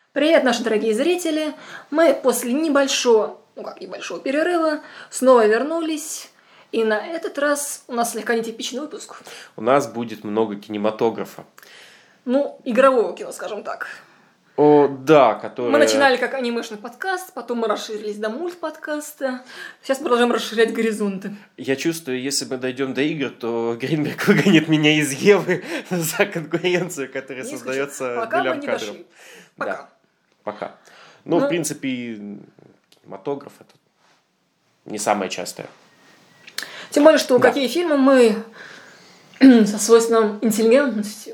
Привет, наши дорогие зрители! Мы после небольшого перерыва снова вернулись. И на этот раз у нас слегка нетипичный выпуск. У нас будет много кинематографа. Игрового кино, скажем так. Которое... Мы начинали как анимешный подкаст, потом мы расширились до мультподкаста. Сейчас продолжаем расширять горизонты. Я чувствую, если мы дойдем до игр, то Гринберг выгонит меня из Евы за конкуренцию, которая создается для кадров. Пока. В принципе, кинематограф это не самое частое. Тем более, что какие фильмы мы со свойственным интеллигентностью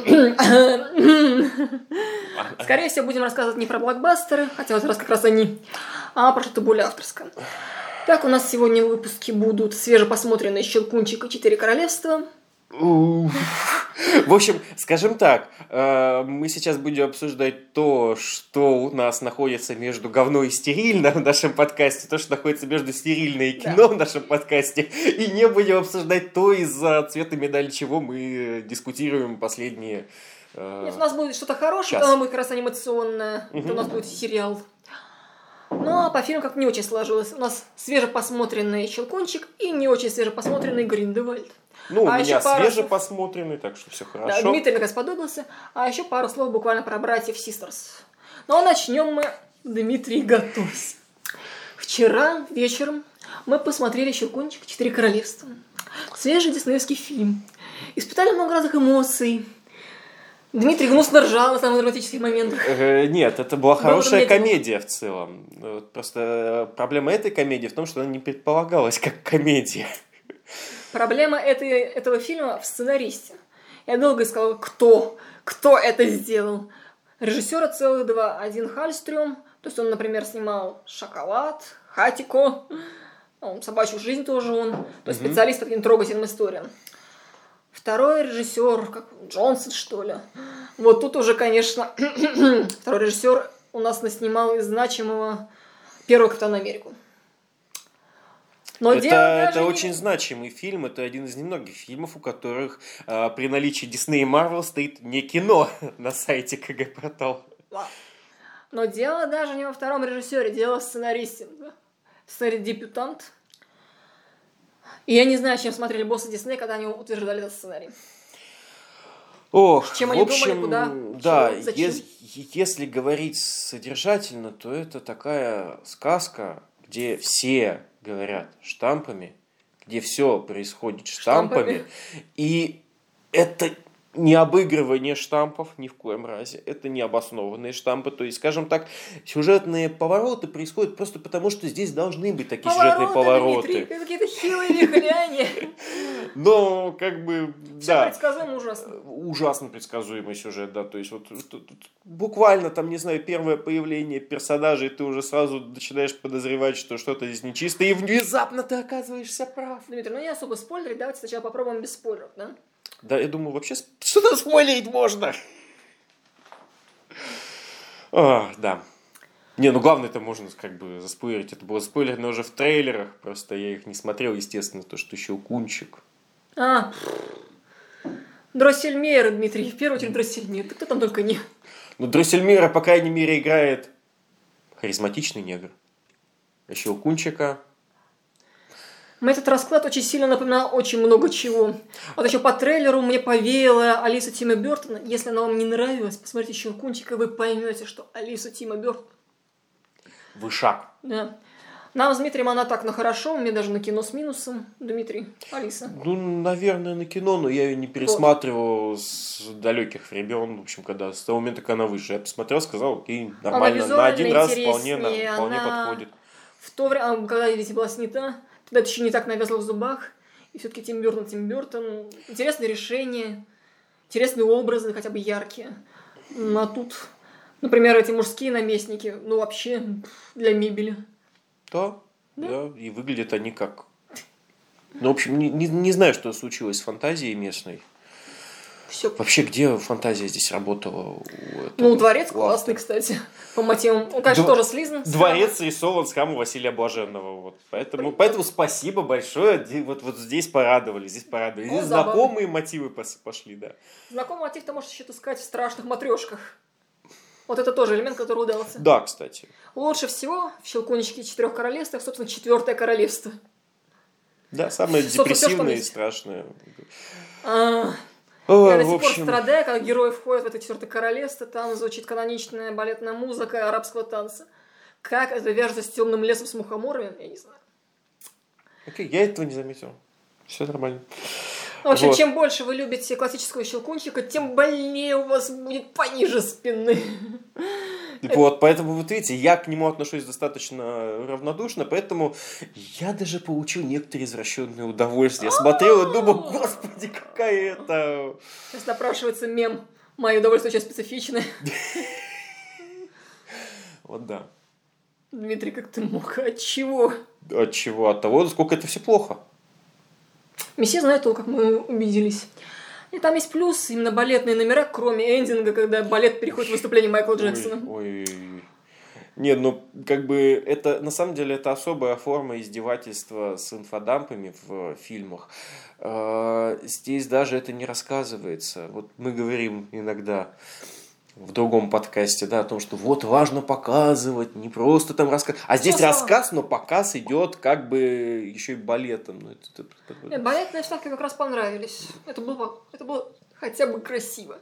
скорее всего будем рассказывать не про блокбастеры, хотя вот раз как раз они, а про что-то более авторское. Так, у нас сегодня в выпуске будут свежепосмотренные «Щелкунчик» и «Четыре королевства». В общем, скажем так, мы сейчас будем обсуждать то, что у нас находится между говно и стерильно в нашем подкасте, то, что находится между стерильно и кино в нашем подкасте, и не будем обсуждать то, из-за цвета медали чего мы дискутируем последние Нет, у нас будет что-то хорошее, это будет как раз анимационное, это у нас будет сериал. А по фильму как-то не очень сложилось. У нас свежепосмотренный «Щелкунчик» и не очень свежепосмотренный «Гриндевальд». У меня свежепосмотренный, так что все хорошо. Да, Дмитрий наконец подобился. А еще пару слов буквально про братьев Систерс. Начнем мы. Дмитрий, готовься. Вчера вечером мы посмотрели «Щелкунчик. Четыре королевства». Свежий диснеевский фильм. Испытали много разных эмоций. Дмитрий гнусно ржал на самых драматических моментах. Нет, это была хорошая комедия в целом. Просто проблема этой комедии в том, что она не предполагалась как комедия. Проблема этого фильма в сценаристе. Я долго искала, кто это сделал. Режиссера целых два. Один Хальстрём, то есть он, например, снимал «Шоколад», «Хатико», «Собачью жизнь» тоже он. То есть специалист по таким трогательным историям. Второй режиссер, как Джонсон, что ли. Вот тут уже, конечно, второй режиссер у нас наснимал из значимого первого «Капитана Америку». Но это очень значимый фильм, это один из немногих фильмов, у которых при наличии Disney и Marvel стоит не кино на сайте КГ-портал. Но дело даже не во втором режиссере, дело в сценаристе. Сценарий-дебютант. И я не знаю, чем смотрели боссы Дисней, когда они утверждали этот сценарий. Чем они думали, куда, да, чего, зачем? Если говорить содержательно, то это такая сказка, где все говорят штампами, где все происходит штампами. И это не обыгрывание штампов ни в коем разе, это не обоснованные штампы, то есть, скажем так, сюжетные повороты происходят просто потому, что здесь должны быть такие сюжетные повороты. Дмитрий, какие-то хилые вихряне. Но, Все предсказуемо ужасно. Ужасно предсказуемый сюжет, да, то есть, буквально, не знаю, первое появление персонажей, ты уже сразу начинаешь подозревать, что что-то здесь нечисто, и внезапно ты оказываешься прав. Дмитрий, не особо спойлерить, давайте сначала попробуем без спойлеров, да? Да, я думаю, вообще что-то спойлерить можно. Да. Главное-то можно заспойлерить. Это было заспойлерено уже в трейлерах. Просто я их не смотрел, естественно, то, что «Щелкунчик». Дроссельмейер, Дмитрий. В первую очередь Дроссельмейер. Кто там только не. Дроссельмейра, по крайней мере, играет харизматичный негр. А «Щелкунчика»... Этот расклад очень сильно напоминал очень много чего. Вот еще по трейлеру мне повеяло Алису Тима Бёртона. Если она вам не нравилась, посмотрите «Щелкунчик», и вы поймете, что Алиса Тима Бёртона... Вышаг. Да. Нам с Дмитрием она так, хорошо. Мне даже на кино с минусом. Дмитрий, Алиса. Наверное, на кино, но я ее не пересматривал с далеких времен. В общем, с того момента, когда она вышла. Я посмотрел, сказал, окей, нормально. На один раз вполне подходит. В то время, когда «Видите» была снята, тогда это еще не так навязло в зубах. И все-таки Тим Бёртон. Интересное решение. Интересные образы, хотя бы яркие. А тут, например, эти мужские наместники, вообще для мебели. Да. И выглядят они как... в общем, не знаю, что случилось с фантазией местной. Все. Вообще, где фантазия здесь работала? Дворец классный, кстати. По мотивам. Он, конечно, тоже слизан. Дворец рисован с храма Василия Блаженного. Поэтому спасибо большое. Вот здесь порадовали. Здесь знакомые мотивы пошли, да. Знакомый мотив ты можешь еще искать в «Страшных матрешках». Вот это тоже элемент, который удался. Да, кстати. Лучше всего в «Щелкунчике четырех королевствах», собственно, четвертое королевство. Да, самое Собственно, всё, что депрессивное и есть. страшное. Я Ой, до в сих пор общем, страдаю, когда герои входят в это четвертое королевство, там звучит каноничная балетная музыка арабского танца. Как это вяжется с темным лесом с мухоморами, я не знаю. окей, я этого не заметил. Все нормально. В общем, Вот. чем больше вы любите классического Щелкунчика, тем больнее у вас будет пониже спины. Вот, поэтому, вот видите, я к нему отношусь достаточно равнодушно, поэтому я даже получил некоторые извращенные удовольствия. Я смотрел и думал, господи, какая это... Сейчас напрашивается мем. Мое удовольствие очень специфичное. Вот да. Дмитрий, как ты мог? От чего? От чего? От того, насколько это все плохо. Месье знает то, как мы убедились. И там есть плюс, именно балетные номера, кроме эндинга, когда балет переходит в выступление Майкла Джексона. Ой. Нет, ну, как бы, это, на самом деле, это особая форма издевательства с инфодампами в фильмах. Здесь даже это не рассказывается. Вот мы говорим иногда в другом подкасте, да, о том, что вот важно показывать, не просто там рассказ. А здесь рассказ, но показ идет как бы еще и балетом. Ну, балетные вставки как раз понравились. Это было хотя бы красиво.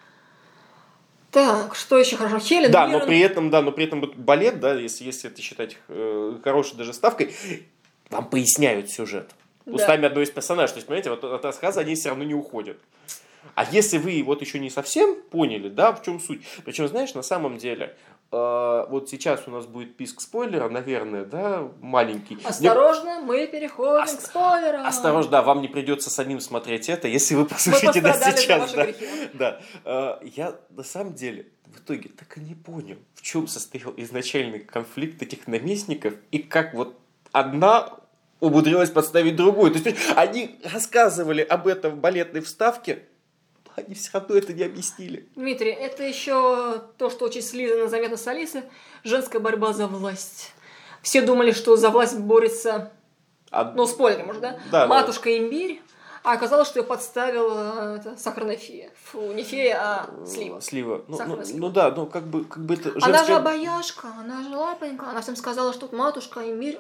Так, что еще хорошо? Хелен да, Миррен. но при этом балет, да, если это считать хорошей даже ставкой, вам поясняют сюжет. Устами одной из персонажей. То есть, понимаете, вот от рассказа они все равно не уходят. А если вы вот еще не совсем поняли, да, в чем суть. Причем, знаешь, на самом деле, вот сейчас у нас будет писк спойлера, наверное, да, маленький. Осторожно, мы переходим к спойлерам. Осторожно, да, вам не придется самим смотреть это, если вы послушаете нас сейчас. Да. Я на самом деле в итоге так и не понял, в чем состоял изначальный конфликт этих наместников и как вот одна умудрилась подставить другую. То есть они рассказывали об этом в балетной вставке, они все равно это не объяснили. Дмитрий, это еще то, что очень слизано заметно с Алисы. Женская борьба за власть. Все думали, что за власть борется... Ну, спойлер, может, да? Да, матушка Имбирь. А оказалось, что ее подставила сахарная фея. Фу, не фея, а слива. Слива. Сахарная слива. Ну да, ну как бы это женская... Она же обаяшка, она же лапонька. Она всем сказала, что тут матушка Имбирь.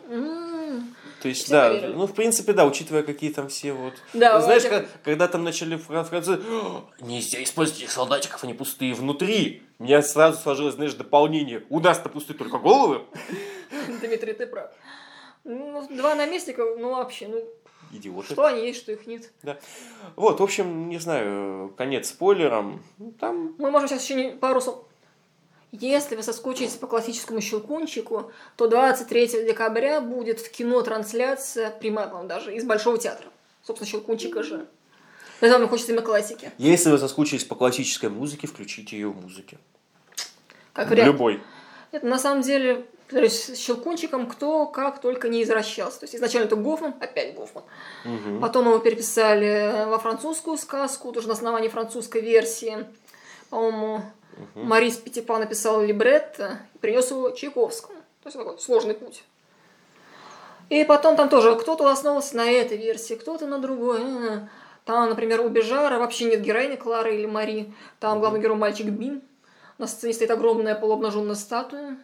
То есть, все да, поверили. ну, в принципе, да, учитывая, какие там все вот... Да, знаешь, вот когда там начали фразы «Нельзя использовать этих солдатиков, они пустые внутри», у меня сразу сложилось, знаешь, дополнение. У нас-то пустые только головы. Дмитрий, ты прав. Ну, два наместника, ну, вообще, ну... Идиоты. Что они есть, что их нет. Да. Вот, в общем, не знаю, конец спойлером. Там... Мы можем сейчас еще пару слов... Если вы соскучитесь по классическому Щелкунчику, то 23 декабря будет в кино трансляция, прямая, по-моему, даже, из Большого театра. Собственно, Щелкунчика же. Поэтому мне хочется именно классики. Если вы соскучились по классической музыке, включите ее в музыке. Как вариант. Любой. Это на самом деле, то есть, с Щелкунчиком кто как только не извращался. То есть изначально это Гофман, опять Гофман. Угу. Потом его переписали во французскую сказку, тоже на основании французской версии. По-моему, Марис Петипа написал либретто и принес его Чайковскому. То есть такой сложный путь. И потом там тоже кто-то основывался на этой версии, кто-то на другой. Там, например, у Бежара вообще нет героини Клары или Мари. Там главный герой мальчик Бин. На сцене стоит огромная полуобнаженная статуя.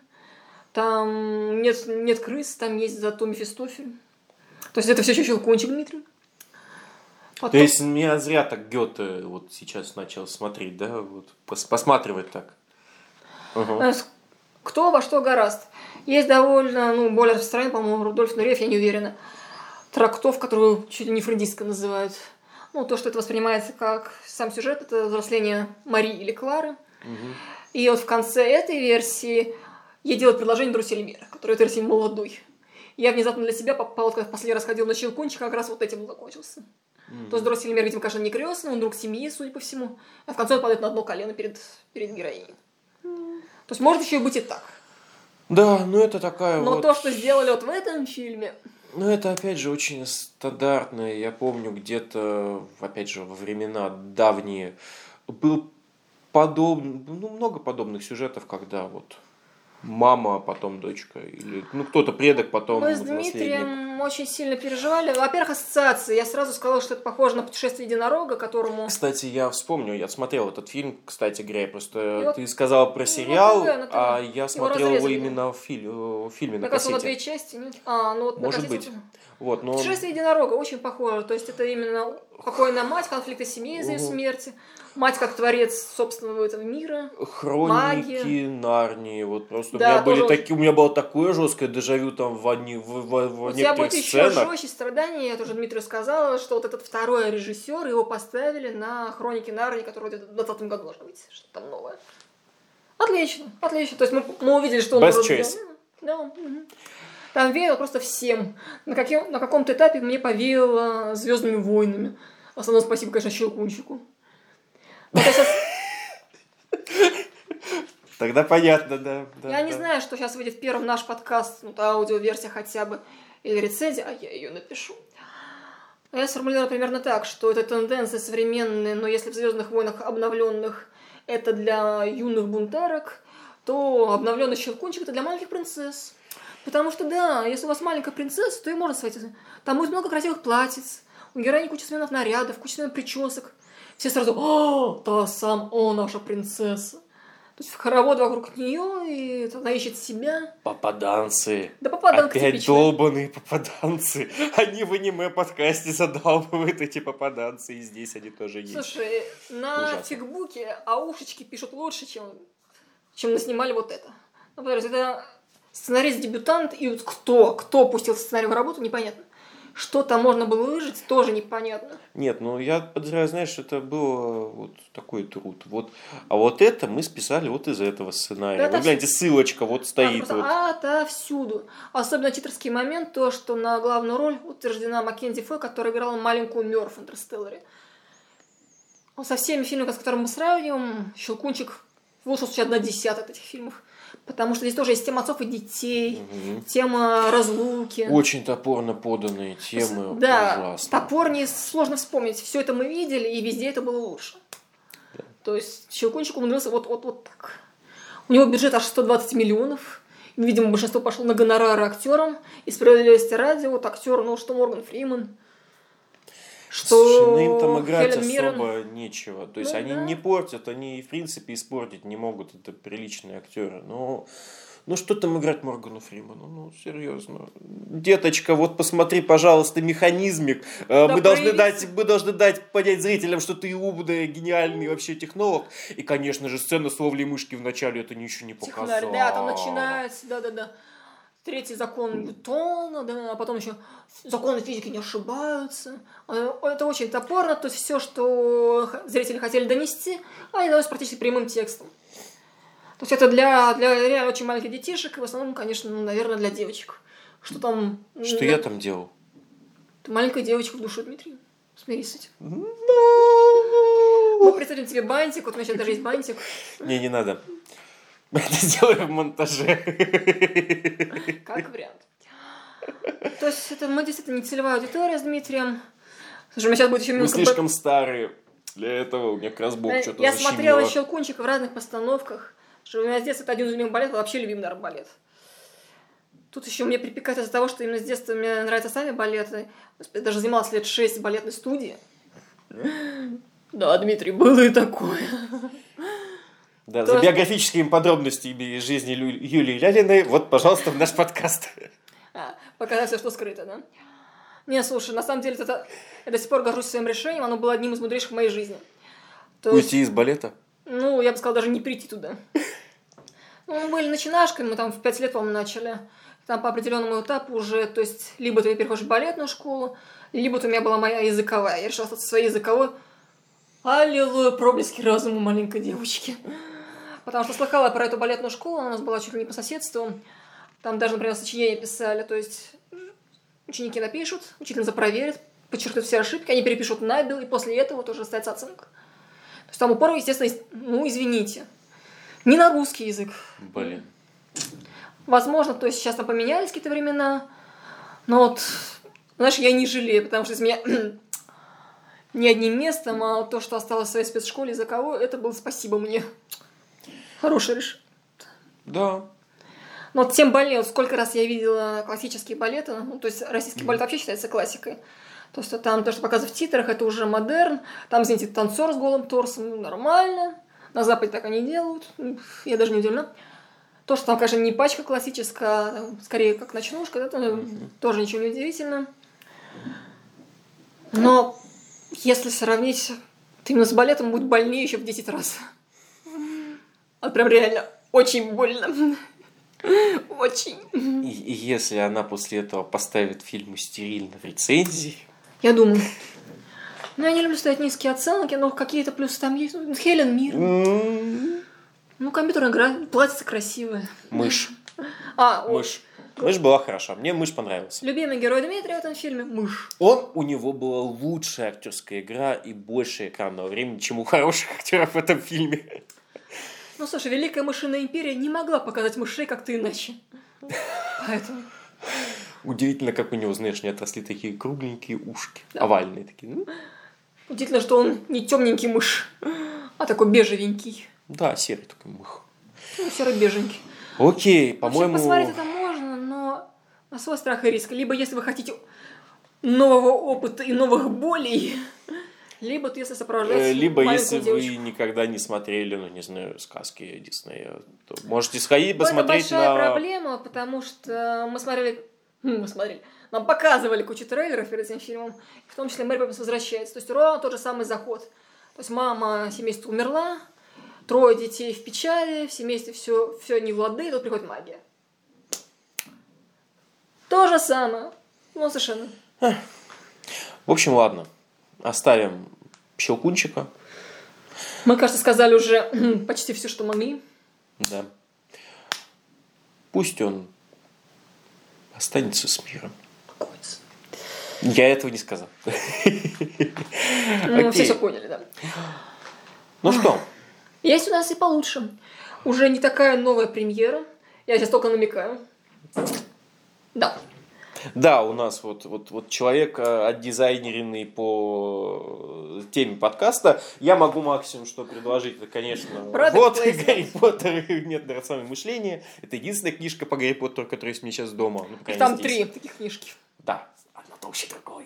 Там нет крыс, там есть зато Мефистофель. То есть это все еще Щелкунчик, Дмитрий. Потом... То есть меня зря так Гёте вот сейчас начал смотреть, да? Вот, посматривать так. Угу. Кто во что гораст. Есть довольно, более распространенный, по-моему, Рудольф Нуреев, я не уверена, трактов, которую чуть ли не фрейдистской называют. То, что это воспринимается как сам сюжет, это взросление Мари или Клары. Угу. И вот в конце этой версии ей делают предложение Друсельмера, который в этой версии молодой. Я внезапно для себя попала, когда в последний раз ходил на Щелкунчик, как раз вот этим закончился. То есть Дроссельмер, видимо, конечно, не крестный, он друг семьи, судя по всему. А в конце он падает на одно колено перед героиней. То есть может еще и быть и так. Да, это такая Но то, что сделали вот в этом фильме... это, опять же, очень стандартно. Я помню, где-то, опять же, во времена давние был много подобных сюжетов, когда вот мама, а потом дочка. Или, кто-то предок, потом Мы с наследник. Дмитрием очень сильно переживали. Во-первых, ассоциации. Я сразу сказала, что это похоже на «Путешествие единорога», которому... Кстати, я вспомнил, я смотрел этот фильм, кстати говоря, просто ты вот, сказала про сериал, на ТВ. а я смотрел его разрезали. именно в фильме на Мне кажется, на кассете. 2 части, нет? На Может кассете. быть. Вот, но... «Путешествие единорога» очень похоже. То есть это именно покойная мать, конфликты семьи из-за ее смерти. Мать как творец собственного этого мира. Хроники магия. Нарнии. Вот просто Да, у меня было такое жесткое дежавю там в У тебя будет некоторых еще сценах. жестче страдания. Я тоже Дмитрию сказала, что вот этот второй режиссер, его поставили на «Хроники Нарнии», которые где-то в 2020 году должны выйти. Что-то там новое. Отлично. То есть мы увидели, что он... Best choice. Да. Угу. Там веяло просто всем. На каком-то этапе мне повеяло «Звездными войнами». В основном спасибо, конечно, Щелкунчику. Вот я сейчас... Тогда понятно, да. Я не знаю, что сейчас выйдет первым наш подкаст, аудиоверсия хотя бы, или рецензия, а я ее напишу. Я сформулировала примерно так, что это тенденция современная, но если в «Звездных войнах» обновленных это для юных бунтарок, то обновленный Щелкунчик это для маленьких принцесс. Потому что, да, если у вас маленькая принцесса, то ее можно схватить. Там будет много красивых платьиц, у героини куча сменных нарядов, куча сменных причесок. Все сразу: наша принцесса. То есть в хоровод вокруг нее, и она ищет себя. Попаданцы. Да попаданцы опять типичные. долбаные попаданцы. Они в аниме-подкасте задалбывают, эти попаданцы, и здесь они тоже есть. Слушай, на Ужасно. фигбуке аушечки пишут лучше, чем наснимали вот это. Например, это сценарист-дебютант, и вот кто пустил сценарий в работу, непонятно. Что там можно было выжить, тоже непонятно. Нет, я подозреваю, знаешь, это был вот такой труд. А вот это мы списали вот из этого сценария. Да, Вы гляньте, ссылочка вот стоит. Отовсюду. Особенно читерский момент, то, что на главную роль утверждена Маккензи Фой, которая играла маленькую Мёрф в «Интерстелларе». Со всеми фильмами, с которыми мы сравниваем, «Щелкунчик» в лучшем случае 1/10 от этих фильмов. Потому что здесь тоже есть тема отцов и детей, тема разлуки. Очень топорно поданные темы. Да, ужасно. топорнее сложно вспомнить. Все это мы видели, и везде это было лучше. Да. То есть Щелкунчик умудрился вот так. У него бюджет аж 120 миллионов. Видимо, большинство пошло на гонорары актерам. И справедливости ради, актер, что Морган Фриман, что Слушай, им там играть Хелен Миррен. особо нечего. То есть они не портят, они в принципе испортить не могут. Это приличные актеры. Но что там играть Моргану Фриману? Серьезно. Деточка, вот посмотри, пожалуйста, «Механизмик». Да, мы должны дать понять зрителям, что ты умный, гениальный вообще технолог. И, конечно же, сцена с ловлей мышки в начале это ничего не показала. Технарь, да, там начинается, да. Третий закон Ньютона, да, а потом еще законы физики не ошибаются. Это очень топорно, то есть все, что зрители хотели донести, они доносят практически прямым текстом. То есть это для реально очень маленьких детишек, и в основном, конечно, наверное, для девочек. Что там... Что я там делал? Ты маленькая девочка в душе, Дмитрий. Смирись с этим. Мы представим тебе бантик, вот у меня сейчас даже есть бантик. Не надо. Это сделаем в монтаже. Как вариант. То есть это мы действительно не целевая аудитория с Дмитрием. Слушай, у меня сейчас будет еще Мы слишком старые для этого. У меня как раз Бог что-то Я защемило. смотрела «Щелкунчика» в разных постановках. Что у меня с детства это один из любимых балетов, вообще любимый, наверное, балет. Тут еще мне припекает из-за того, что именно с детства мне нравятся сами балеты. Я даже занималась лет 6 в балетной студии. Да, Дмитрий, было и такое. Да, за биографическими подробностями из жизни Юлии Лялиной, вот, пожалуйста, в наш подкаст. Показать все, что скрыто, да? Не, слушай, на самом деле, я до сих пор горжусь своим решением, оно было одним из мудрейших в моей жизни. Уйти из балета? Я бы сказала, даже не прийти туда. Мы были начинашками, мы там в 5 лет, по-моему, начали. Там по определенному этапу уже, то есть, либо ты переходишь в балетную школу, либо у меня была моя языковая. Я решила остаться своей языковой. Аллилуйя, проблески разума маленькой девочки. Потому что слыхала про эту балетную школу, она у нас была чуть ли не по соседству. Там даже, например, сочинения писали, то есть ученики напишут, учительница проверит, подчеркнут все ошибки, они перепишут набел, и после этого тоже остается оценка. То есть там упор, естественно, извините, не на русский язык. Блин. Возможно, то есть сейчас там поменялись какие-то времена, но знаешь, я не жалею, потому что из меня не одним местом, а то, что осталось в своей спецшколе языковой, это было спасибо мне. Хороший решение. Да. Но вот тем более, вот сколько раз я видела классические балеты, ну, то есть российский балет вообще считается классикой. То есть там то, что показывают в титрах, это уже модерн. Там, извините, танцор с голым торсом, ну, нормально. На Западе так они делают. Я даже не удивлена. То, что там, конечно, не пачка классическая, а скорее как ночнушка, это тоже ничего не удивительно. Но если сравнить именно с балетом, будет больнее еще в 10 раз. Вот прям реально очень больно. Очень. И если она после этого поставит фильмы стерильно в рецензии... Я думаю. Ну, я не люблю ставить низкие оценки, но какие-то плюсы там есть. Ну, Хелен Мир. Ну, компьютерная игра, платьице красивое. Мышь. Мышь. Мышь была хороша. Мне мышь понравился. Любимый герой Дмитрия в этом фильме – мышь. У него была лучшая актерская игра и больше экранного времени, чем у хороших актеров в этом фильме. Ну, слушай, Великая мышиная империя не могла показать мышей как-то иначе. Поэтому... Удивительно, как у него, знаешь, не отросли такие кругленькие ушки. Да. Овальные такие. Удивительно, что он не темненький мышь, а такой бежевенький. Да, серый такой мышь. Ну, серо-беженький. Окей, по-моему... Вообще, посмотреть это можно, но на свой страх и риск. Либо если вы хотите нового опыта и новых болей, либо если сопровождаете либо если девочку. вы никогда не смотрели, ну, не знаю, сказки Диснея, то можете сходить посмотреть это большая проблема, потому что мы смотрели, нам показывали кучу трейлеров перед этим фильмом, в том числе Мэри Поппинс возвращается. То есть ровно тот же самый заход. То есть мама семейства умерла, 3 детей в печали, в семействе все не в лады, и тут приходит магия. То же самое. Ну, совершенно. В общем, ладно. Оставим Щелкунчика. Мы, кажется, сказали уже почти все, что могли. Да. Пусть он останется с миром. Я этого не сказал. Ну, все поняли, да. Ну что? Есть у нас и получше. Уже не такая новая премьера. Я сейчас только намекаю. Да. Да, у нас вот человек отдизайнеренный по теме подкаста. Я могу максимум что предложить, это, конечно, Гарри Поттер и метод рационального мышления. Это единственная книжка по Гарри Поттеру, которая есть у меня сейчас дома. Ну, там здесь 3 таких книжки. Да, одна толще другой.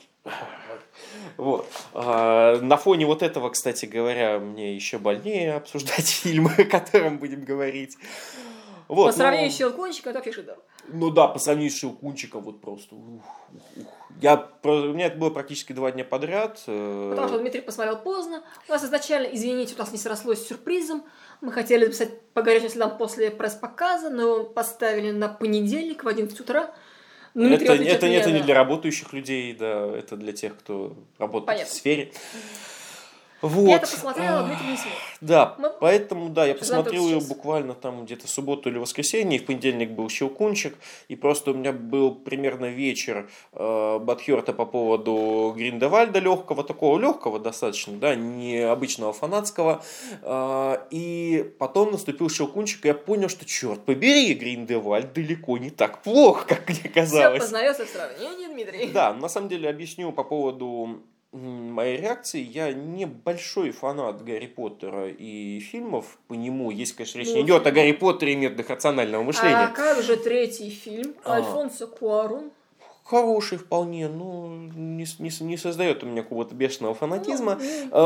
Вот. На фоне вот этого, кстати говоря, мне еще больнее обсуждать фильмы, о котором будем говорить. Вот, по сравнению с Щелкунчиком, это вообще шедевр. Ну да, по сравнению с Щелкунчиком, вот просто. У меня это было практически 2 дня подряд. Потому что Дмитрий посмотрел поздно. У нас изначально, извините, у нас не срослось с сюрпризом. Мы хотели записать по горячим следам после пресс-показа, но поставили на понедельник в 11 утра. Это не для работающих людей, да, это для тех, кто работает в сфере. Вот. Я это посмотрела, Дмитрий не смог. Да, поэтому, да, я посмотрел ее буквально там где-то в субботу или воскресенье, и в понедельник был Щелкунчик, и просто у меня был примерно вечер Батхёрта по поводу Гриндевальда легкого достаточно, да, необычного фанатского, и потом наступил Щелкунчик, и я понял, что, черт побери, Гриндевальд далеко не так плохо, как мне казалось. Все познается в сравнении, Дмитрий. Да, на самом деле объясню по поводу моей реакции. Я не большой фанат Гарри Поттера и фильмов по нему. Если, конечно, речь не идет о Гарри Поттере и методах рационального мышления. А как же 3-й фильм? Альфонсо Куарон? Хороший вполне, но не создает у меня какого-то бешеного фанатизма.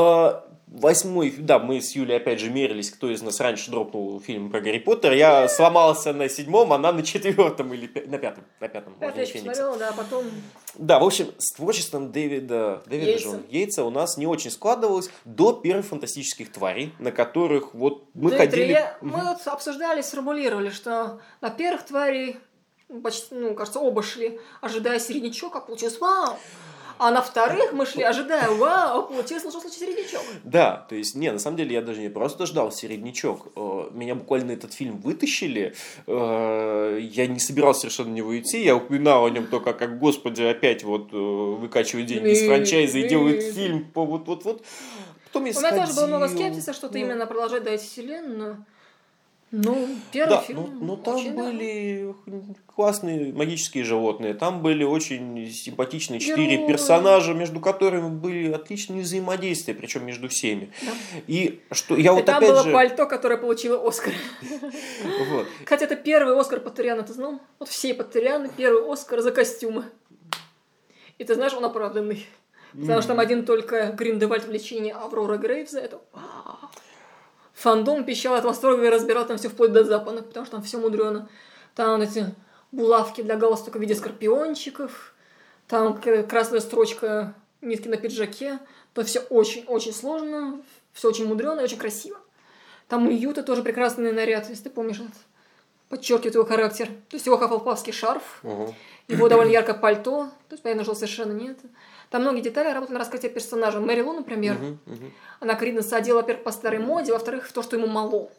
8-й, да, мы с Юлей опять же мерились, кто из нас раньше дропнул фильм про Гарри Поттера. Я сломался на 7-м, она на 4-м или на 5-м. На 5-м. Я посмотрела, да, потом... Да, в общем, с творчеством Дэвида Йейтса у нас не очень складывалось до первых фантастических тварей, на которых вот мы ходили... Мы вот обсуждали, сформулировали, что на первых тварей почти, кажется, оба шли, ожидая середнячок, а получилось вау. А на вторых мы шли, ожидая вау, а получилось середнячок. Да, то есть, на самом деле я даже не просто ждал середнячок. Меня буквально этот фильм вытащили. Я не собирался совершенно на него идти. Я упоминал о нем только как, господи, опять выкачивают деньги из франчайза и делают фильм по вот. Потом я У меня тоже было много скепсиса, что-то именно продолжать давать вселенную. Ну, первый Да, фильм но там очень, да. были классные магические животные, там были очень симпатичные 4 Герои. персонажа, между которыми были отличные взаимодействия, причем между всеми. Да. И что я И вот там опять было же... пальто, которое получило Оскар. Вот. Кстати, это первый Оскар Патериана, ты знал? Вот все Патерианы, первый Оскар за костюмы. И ты знаешь, он оправданный. Потому что там один только Гриндевальд в лечении Авроры Грейвза. Это фандом пищал от восторга и разбирал там все вплоть до запонок, потому что там все мудрено. Там эти булавки для галстука в виде скорпиончиков, там красная строчка нитки на пиджаке. То все очень-очень сложно, все очень мудрено и очень красиво. Там у Юта тоже прекрасный наряд, если ты помнишь, это подчеркивает его характер. То есть его хаффлпафский шарф, его довольно яркое пальто, то есть понятно, что совершенно нет. Там многие детали работали на раскрытие персонажа. Мэри Лу, например, она Криденса одела, во-первых, по старой моде, во-вторых, в то, что ему мало.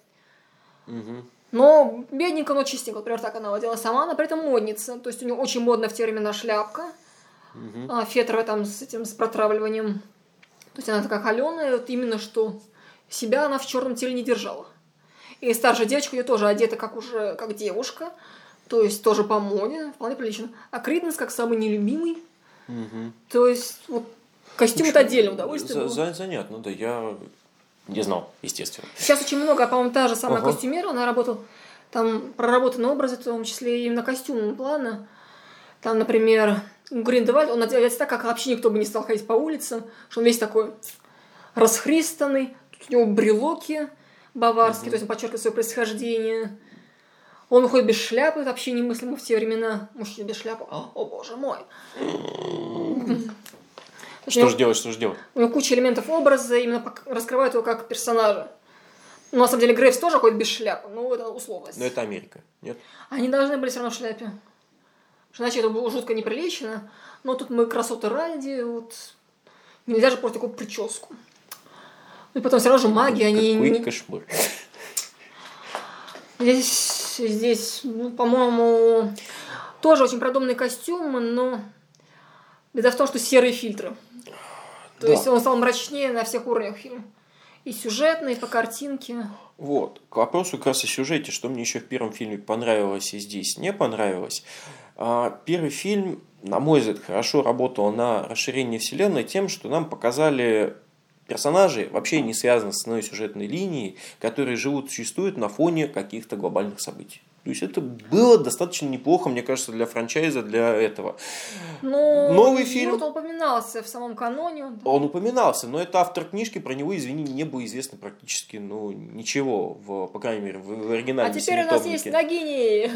Но бедненько, но чистенько. Например, так она одела сама, она при этом модница. То есть у нее очень модная в те времена шляпка, фетровая там с протравливанием. То есть она такая холеная, вот именно что себя она в черном теле не держала. И старшая девочка ее тоже одета как девушка, то есть тоже по моде, вполне прилично. А Криденс как самый нелюбимый. То есть вот костюм это отдельное удовольствие было. Занятно, да, я не знал, естественно. Сейчас очень много, по-моему, та же самая костюмера, она работала, там проработаны образы, в том числе и на костюмном плане. Там, например, Гриндевальд, он одевается так, как вообще никто бы не стал ходить по улицам, что он весь такой расхристанный, тут у него брелоки баварские, то есть он подчеркивает свое происхождение. Он уходит без шляпы, это вообще немыслимо в те времена. Мужчина без шляпы, о боже мой. Что же делать? У него куча элементов образа, именно раскрывают его как персонажа. Ну, на самом деле, Грейвс тоже ходит без шляпы, ну, это условность. Но это Америка, нет? Они должны были все равно в шляпе. Иначе это было жутко неприлично. Но тут мы красоты ради, вот... Нельзя же портить такую прическу. И потом все равно же маги, они... Какой кошмар. Здесь, ну, по-моему, тоже очень продуманные костюмы, но беда в том, что серые фильтры. То есть он стал мрачнее на всех уровнях фильма. И сюжетно, и по картинке. Вот. К вопросу как раз о сюжете, что мне еще в первом фильме понравилось и здесь не понравилось. Первый фильм, на мой взгляд, хорошо работал на расширение вселенной тем, что нам показали персонажей, вообще не связанных с одной сюжетной линией, которые существуют на фоне каких-то глобальных событий. То есть это было достаточно неплохо, мне кажется, для франчайза, для этого. Но новый фильм... Он упоминался в самом каноне. Да. Он упоминался, но это автор книжки, про него, извини, не было известно практически ничего, по крайней мере, в оригинальном А теперь у нас есть Нагини.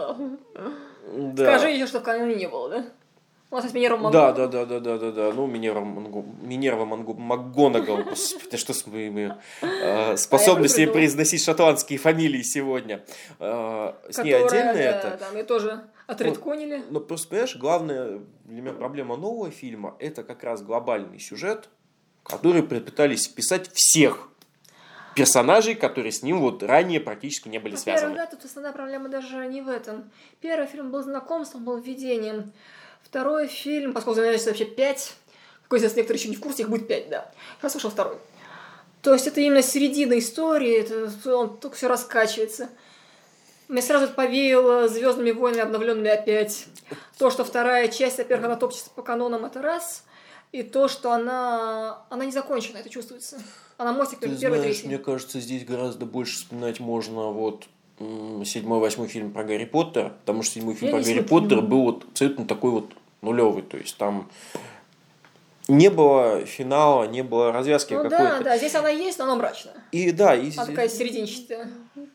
Да. Скажи еще, что в каноне не было, да? У нас есть Минерва МакГонагал. Да. Ну, Минерва МакГонагал. Господи, что с моими способностями произносить шотландские фамилии сегодня. С ней отдельно это. Да, мы тоже отредконили. Но просто, понимаешь, главная для меня проблема нового фильма – это как раз глобальный сюжет, который пытались вписать всех персонажей, которые с ним вот ранее практически не были связаны. Во-первых, да, тут основная проблема даже не в этом. Первый фильм был знакомством, был введением. Второй фильм, поскольку занимается вообще 5, какой сейчас некоторые еще не в курсе, их будет 5, да. Сейчас вышел второй. То есть это именно середина истории, он только все раскачивается. Мне сразу это повеяло «Звездными войнами» обновленными опять. То, что вторая часть, во-первых, она топчется по канонам, это раз. И то, что она не закончена, это чувствуется. Она мостик между первой и третьей. Мне кажется, здесь гораздо больше вспоминать можно вот 7-8 фильм про Гарри Поттера, потому что 7-й фильм про Гарри Поттера был вот абсолютно такой вот нулевый, то есть там не было финала, не было развязки какой-то. Да, здесь она есть, но она мрачная. Она такая серединчатая.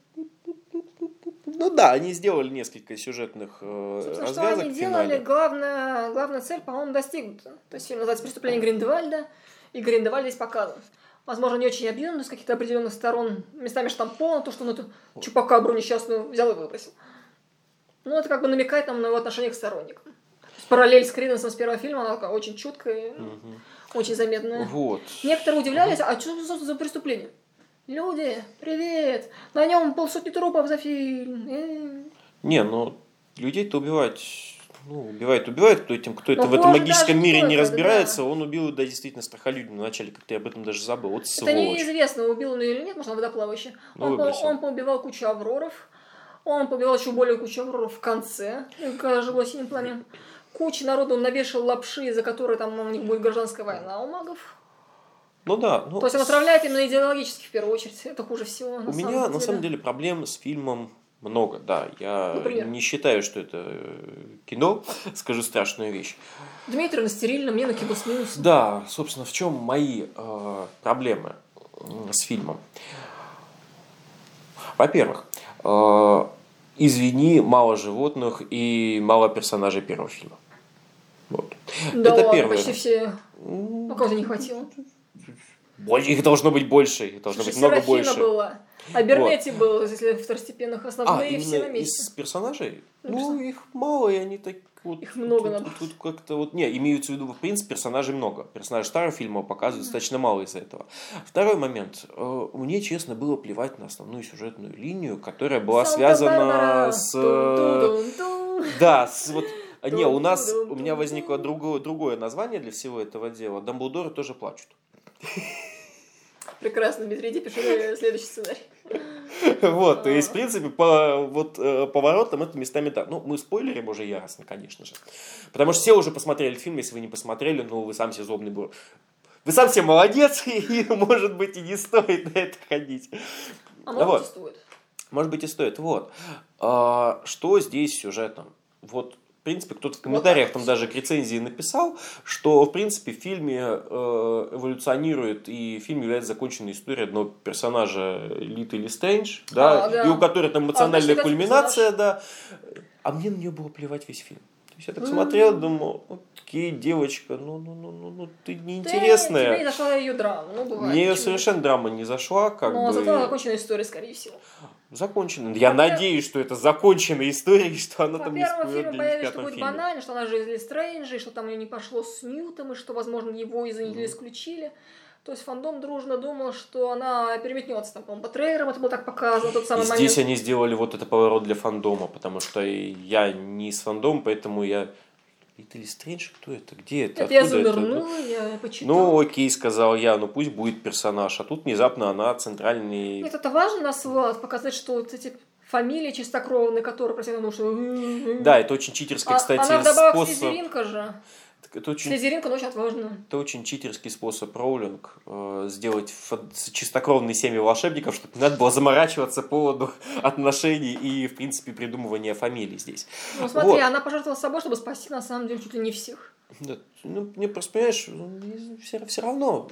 Ну да, они сделали несколько сюжетных развязок. Что они делали, главная цель, по-моему, достигнута. То есть фильм называется «Преступление Гриндевальда», и Гриндевальд здесь показан. Возможно, не очень объемно, с каких-то определенных сторон, местами штамповано, то, что он эту чупакабру несчастную взял и выбросил. Ну, это как бы намекает нам на его отношение к сторонникам. Параллель с Криденсом с первого фильма, она такая очень чуткая, очень заметная. Вот. Некоторые удивлялись, а что за преступление? Люди, привет! На нем 500 трупов за фильм. Не, ну, людей-то убивать убивает. Кто это Но в этом позже магическом даже не мире не только, разбирается, да. он убил, да, действительно, страхолюдину. Вначале как-то я об этом даже забыл. Вот Это сволочь. неизвестно, убил он ее или нет, может, она водоплавающая. Выбросил. Он поубивал кучу авроров. Он поубивал еще более кучу авроров в конце, когда жгло синим пламенем. Куча народу он навешал лапши, из-за которой там у них будет гражданская война у магов. Ну да. То есть он отравляет именно идеологически в первую очередь. Это хуже всего. У меня на самом деле проблем с фильмом много, да. Я Например? не считаю, что это кино, скажу страшную вещь. Дмитрий на стерильном, мне на кино с минусом. Да, собственно, в чем мои проблемы с фильмом? Во-первых, извини, мало животных и мало персонажей первого фильма. Вот. Да это ладно, первое. почти все. Кого-то не хватило. Их должно быть больше, их должно быть много больше. Была. А Бернетти был, если второстепенных, основные все на месте. Из персонажей? Их мало, и они так вот... Их много надо. Тут как-то вот... Не, имеется в виду, в принципе, персонажей много. Персонажей старого фильма показывают достаточно мало из-за этого. Второй момент. Мне, честно, было плевать на основную сюжетную линию, которая была связана с... Да, с вот... Не, у меня возникло другое название для всего этого дела. Дамблдоры тоже плачут. Прекрасно, Дмитрий, пиши следующий сценарий. Вот, то есть, в принципе, по поворотам это местами так. Мы спойлерим уже яростно, конечно же. Потому что все уже посмотрели фильм, если вы не посмотрели, вы сам себе злобный бур. Вы сам себе молодец, и, может быть, и не стоит на это ходить. А может быть, и стоит. Может быть, и стоит. Вот. Что здесь с сюжетом? Вот. В принципе, кто-то в комментариях там даже к рецензии написал, что, в принципе, в фильме эволюционирует, и фильм является законченной историей одного персонажа Литтл Стрэндж, да, и у которой там эмоциональная кульминация, да. А мне на нее было плевать весь фильм. То есть я так смотрел, думал, окей, девочка, ты неинтересная. Тебе не зашла ее драма, бывает. Мне ее совершенно драма не зашла, Но зато законченная история, скорее всего. Закончена. Я надеюсь, что это законченная история, и что она там не всплывет в фильме. появится, что будет банально, что она же из Стрэнджа, и что там у нее не пошло с Ньютом, и что, возможно, его из-за нее исключили. То есть фандом дружно думал, что она переметнется. Там, по-моему, по трейлерам это было так показано, тот самый момент. Здесь они сделали вот это поворот для фандома, потому что я не из фандома, поэтому я... Литтл Стрэндж, кто это? Где это? Это я завернула, я почитала. Ну, окей, сказал я, пусть будет персонаж. А тут внезапно она центральный... Нет, это важно на свод, показать, что вот эти фамилии чистокровные, которые просят, что... Да, это очень читерский, кстати, она вдобавок способ... Слизеринка же. Слизеринка, очень отважная. Это очень читерский способ Роулинг сделать чистокровные семьи волшебников, чтобы не надо было заморачиваться по поводу отношений и, в принципе, придумывания фамилий здесь. Ну, смотри, она пожертвовала собой, чтобы спасти, на самом деле, чуть ли не всех. Да, мне просто, понимаешь, все равно.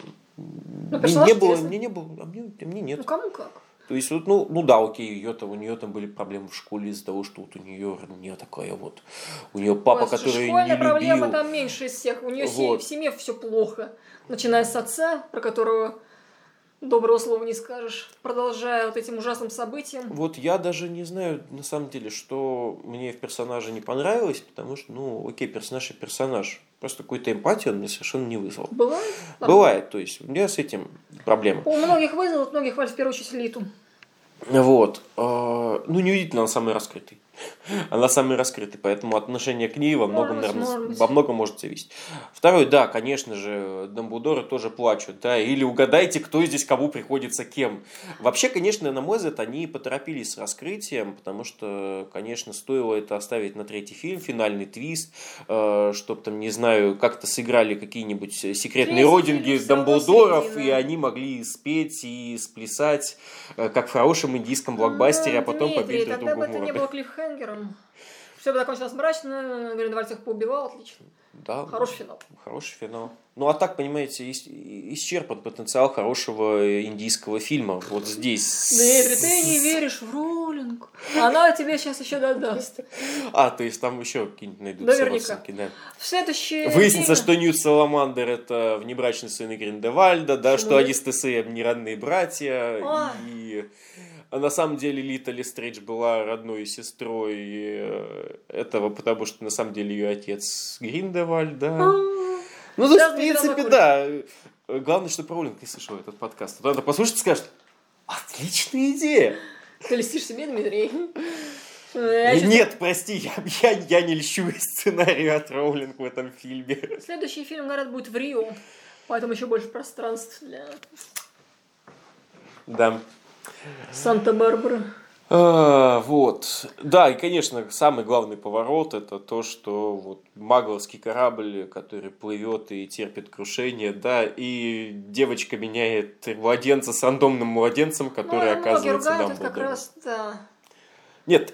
Мне не было, а мне нет. Кому как? То есть, да, окей, у нее там были проблемы в школе из-за того, что вот у нее такая вот, у нее папа, который не любил. Проблема там меньше из всех. У нее в семье все плохо. Начиная с отца, про которого доброго слова не скажешь, продолжая вот этим ужасным событием. Вот я даже не знаю, на самом деле, что мне в персонаже не понравилось, потому что, окей, персонаж и персонаж. Просто какой-то эмпатию он мне совершенно не вызвал. Бывает? Бывает, то есть у меня с этим проблема. У многих вызвал, у многих хвалят в первую очередь Литу. Вот. Неудивительно, она самая раскрытая. Она самая раскрытая, поэтому отношение к ней во многом может зависеть. Второй, да, конечно же, Дамблдоры тоже плачут, да, или угадайте, кто здесь кому приходится кем. Вообще, конечно, на мой взгляд, они поторопились с раскрытием, потому что, конечно, стоило это оставить на третий фильм, финальный твист, чтобы там, не знаю, как-то сыграли какие-нибудь секретные родинги Дамблдоров, и они могли спеть и сплясать, как в хорошем индийском блокбастере, а потом побить друг друга в не было клиффхенгером. Все бы закончилось мрачно, Гриндевальд всех поубивал, отлично. Да. Хороший финал. Хороший финал. А так, понимаете, исчерпан потенциал хорошего индийского фильма. Вот здесь. Дмитрий, ты не веришь в Роулинг. Она тебе сейчас еще додаст. То есть там еще какие-нибудь найдутся родственники, да. В следующий Выяснится, что Ньют Саламандер это внебрачный сын Гриндевальда, да, что они с Тесеем не родные братья. А на самом деле Литтл Стрэндж была родной сестрой этого, потому что на самом деле ее отец Гриндевальд, да. В принципе, да. Главное, что Роулинг не слышал этот подкаст. Надо послушать и скажет, отличная идея. Ты льстишь себе, Дмитрий? Нет, прости, я не льщу сценарию от Роулинг в этом фильме. Следующий фильм, говорят, будет в Рио, поэтому еще больше пространств для... Да. Санта-Барбара. Вот. Да, и, конечно, самый главный поворот это то, что вот магловский корабль, который плывет и терпит крушение, да, и девочка меняет младенца с рандомным младенцем, который оказывается Дамблдором. Это как раз, да. Нет,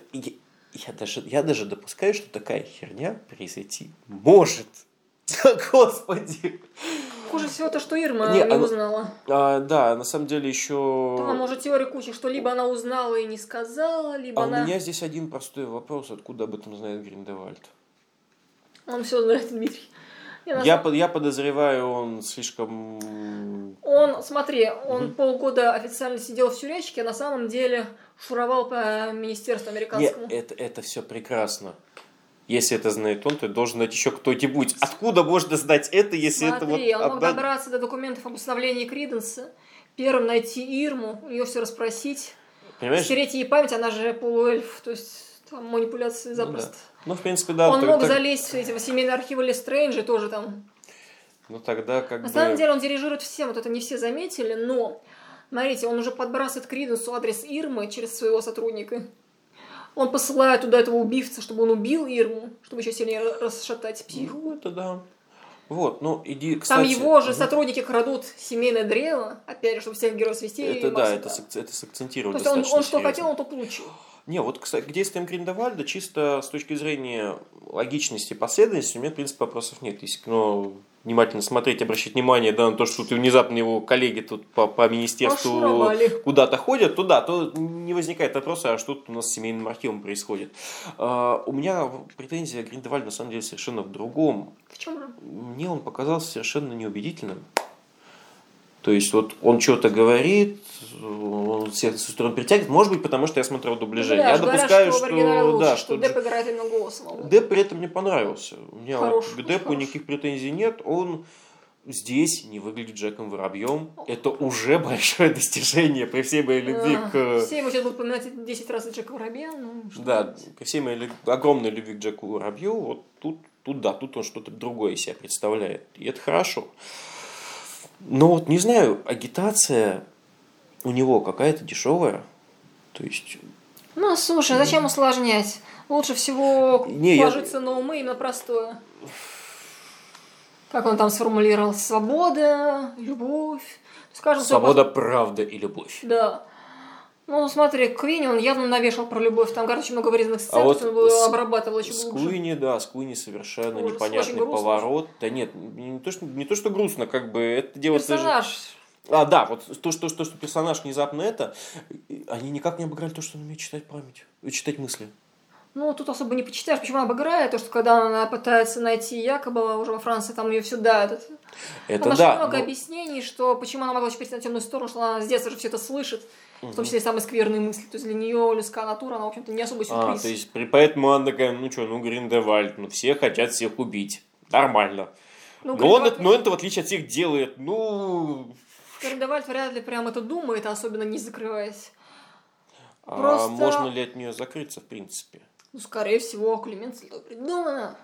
я даже допускаю, что такая херня произойти может. Господи. Хуже всего то, что Ирма не узнала. Да, на самом деле еще... Там уже теория куча, что либо она узнала и не сказала, либо она... у меня здесь один простой вопрос. Откуда об этом знает Гриндевальд? Он все знает, Дмитрий. Я подозреваю, он слишком... Смотри, он полгода официально сидел в тюрячке, а на самом деле шуровал по министерству американскому. Это все прекрасно. Если это знает он, то должен знать еще кто-нибудь. Откуда можно знать это, если это вот... Смотри, он мог добраться до документов об усыновлении Криденса, первым найти Ирму, у нее все расспросить, стереть ей память, она же полуэльф, то есть там манипуляции запросто. Ну, в принципе, да. Он мог залезть в эти семейные архивы Лестрейнджа тоже там. Ну, тогда как На самом деле он дирижирует всем, вот это не все заметили, но, смотрите, он уже подбрасывает Криденсу адрес Ирмы через своего сотрудника. Он посылает туда этого убивца, чтобы он убил Ирму, чтобы еще сильнее расшатать психику. Ну, это да. Вот, ну, иди, кстати... Там его же сотрудники крадут семейное древо, опять же, чтобы всех героев свести. Это да, это сакцентировать достаточно. То есть он что хотел, он то получил. Не, вот, кстати, к действиям Гриндевальда чисто с точки зрения логичности и последовательности у меня, в принципе, вопросов нет. Если внимательно смотреть, обращать внимание на то, что тут внезапно его коллеги тут по министерству куда-то ходят, то не возникает вопроса, а что тут у нас с семейным архивом происходит. У меня претензия к Гриндевальду на самом деле совершенно в другом. В чем же? Мне он показался совершенно неубедительным. То есть вот он что-то говорит, он всех со стороны притягивает, может быть, потому что я смотрел дубляже. Да, я допускаю, что Депп играет именно голосом. Депп при этом мне понравился. У меня к Деппу никаких претензий нет. Он здесь не выглядит Джеком Воробьем. Это уже большое достижение при всей моей любви к... Все ему сейчас будут поминать 10 раз Джека Воробья. Да, при всей моей огромной любви к Джеку Воробью, вот тут он что-то другое из себя представляет. И это хорошо. Но вот не знаю, агитация у него какая-то дешевая. То есть... Ну, слушай, зачем усложнять? Лучше всего ложиться на умы и на простое. Как он там сформулировал? Свобода, любовь. Свобода, правда и любовь. Да. Ну, смотри, Куинни он явно навешал про любовь. Там, короче, много вырезанных сцен, он обрабатывал очень глубже. С Куинни совершенно непонятный поворот. Да нет, не то, что грустно, как бы это дело... Персонаж. Да, вот то, что персонаж внезапно они никак не обыграли то, что он умеет читать память, читать мысли. Ну, тут особо не почитаешь, почему она обыграет, то, что когда она пытается найти Якоба уже во Франции, там ее все давят. Это там да. Много объяснений, что почему она могла перейти на темную сторону, что она с детства же все это слышит, в том числе и самые скверные мысли. То есть для нее людская натура, она, в общем-то, не особо сюрприз. То есть поэтому она такая, Гриндевальд, все хотят всех убить. Нормально. Но он-то, в отличие от всех, делает, Гриндевальд вряд ли прям это думает, особенно не закрываясь. Можно ли от нее закрыться, в принципе? Скорее всего, Клемент это придумано.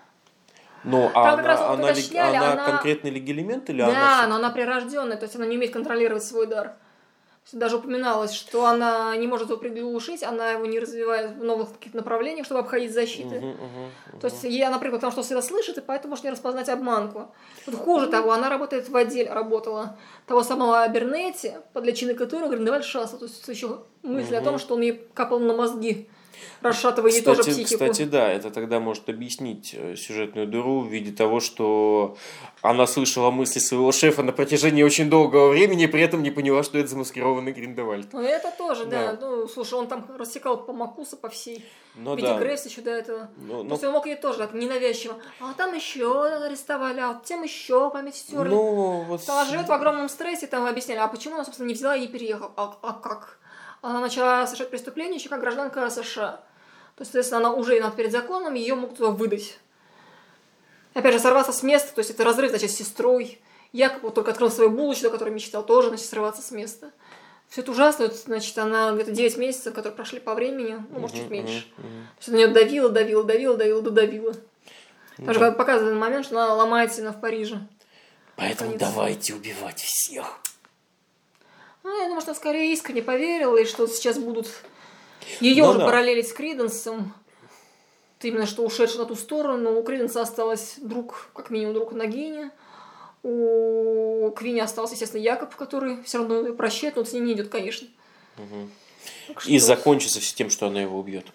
Она конкретный элемент или она... Да, но она прирожденная, то есть она не умеет контролировать свой дар. Даже упоминалось, что она не может его приглушить, она его не развивает в новых каких-то направлениях, чтобы обходить защиты. То есть она привыкла к тому, что всегда слышит, и поэтому может не распознать обманку. Вот хуже того, она работает в отделе, работала того самого Абернетти, под личиной которого Гриндевальд шастал. То есть еще мысли о том, что он ей капал на мозги, расшатывая ей тоже психику. Кстати, да, это тогда может объяснить сюжетную дыру в виде того, что она слышала мысли своего шефа на протяжении очень долгого времени, и при этом не поняла, что это замаскированный Гриндевальд. Ну, это тоже, да. Ну, слушай, он там рассекал по Макусу, по всей. Ведь Грейс еще до этого. То есть он мог ей тоже так ненавязчиво. А там еще арестовали, а тем еще память стерли. Она живет в огромном стрессе, там объясняли, а почему она, собственно, не взяла и не переехала? А как? Она начала совершать преступление еще как гражданка США. То есть, соответственно, она уже перед законом, ее могут туда выдать. Опять же, сорваться с места, то есть это разрыв, значит, с сестрой. Якоб только открыл свою булочку, о которой мечтал, тоже, значит, срываться с места. Все это ужасно. Значит, она где-то 9 месяцев, которые прошли по времени, ну, может, чуть меньше. То есть на нее додавила. Даже как показывает момент, что она ломает себя в Париже. Поэтому давайте убивать всех. Ну, я думаю, что она скорее искренне поверила, и что сейчас будут ее же параллелить с Криденсом. Именно что ушедший на ту сторону. У Криденса осталось друг, как минимум друг Нагини. У Квинни остался, естественно, Якоб, который все равно ее прощает, но он с ней не идет, конечно. И закончится все тем, что она его убьет.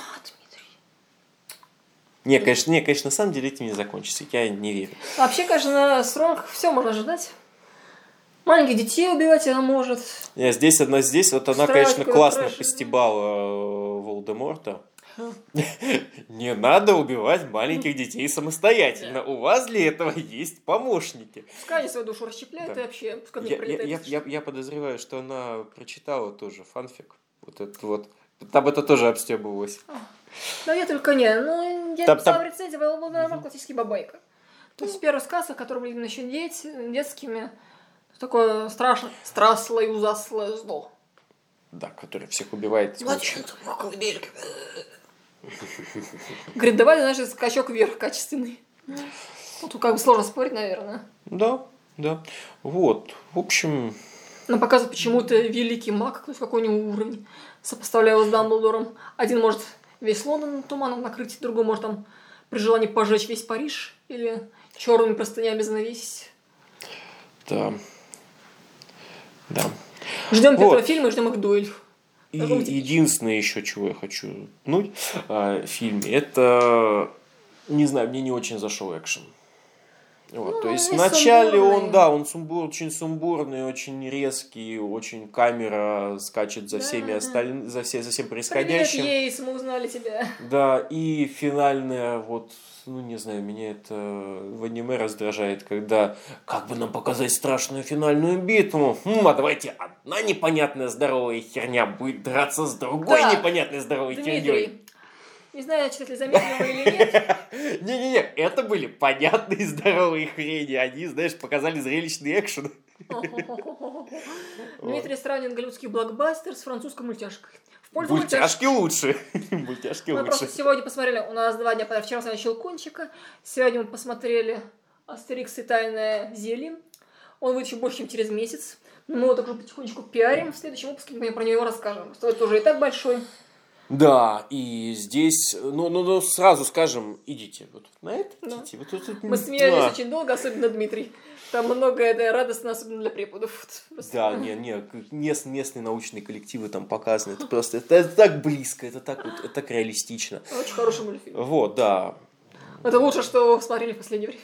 Дмитрий. Не, конечно, на самом деле этим не закончится. Я не верю. Вообще, конечно, на Стронг все можно ожидать. Маленьких детей убивать она может. Здесь вот она, конечно, классно постебала Волдеморта. Не надо убивать маленьких детей самостоятельно. У вас для этого есть помощники. Пускай они свою душу расщепляют и вообще пускай не прилетает. Я подозреваю, что она прочитала тоже фанфик. Вот этот вот. Там это тоже обстебывалось. Да я только не. Ну, я написала в рецензии, был классический бабайка. То есть первая сказка, которая были именно еще детскими. Такое страслое и узаслое зло. Да, которое всех убивает. Говорит, давай, знаешь, скачок вверх качественный. Тут как бы сложно спорить, наверное. Да. Вот, в общем... Нам показывают, почему это великий маг, то есть какой-нибудь уровень. Сопоставляя его с Дамблдором. Один может весь Лондон туманом накрыть, другой может там при желании пожечь весь Париж или черными простынями занавесить. Да. Ждем пятого фильма и ждем их дуэль. И единственное еще, чего я хочу ткнуть в фильме, это, не знаю, мне не очень зашел экшен. Вот, то есть вначале он очень сумбурный, очень резкий, очень камера скачет за всеми остальными, за всем происходящим. Привет, Ейс, мы узнали тебя. Да, и финальная вот, ну не знаю, меня это в аниме раздражает, когда как бы нам показать страшную финальную битву. А давайте одна непонятная здоровая херня будет драться с другой непонятной здоровой херней. Не знаю, читатели заметили или нет. Не-не-не, это были понятные здоровые хрени. Они, знаешь, показали зрелищный экшен. Дмитрий сравнивает голливудский блокбастер с французской мультяшкой. Мультяшки лучше. Мы просто сегодня посмотрели, у нас 2 дня, вчера смотрели Щелкунчика, сегодня мы посмотрели Астерикс и Тайное зелье. Он выйдет больше, чем через месяц. Мы его также потихонечку пиарим. В следующем выпуске мы про него расскажем. Что это уже и так большой. Да, и здесь, ну сразу скажем, идите вот на это, идите. Мы смеялись очень долго, особенно Дмитрий. Там много это радостно, особенно для преподов. Да, местные научные коллективы там показаны. Это просто, это так близко, это так реалистично. Очень хороший мультфильм. Вот, да. Это лучше, что смотрели в последнее время.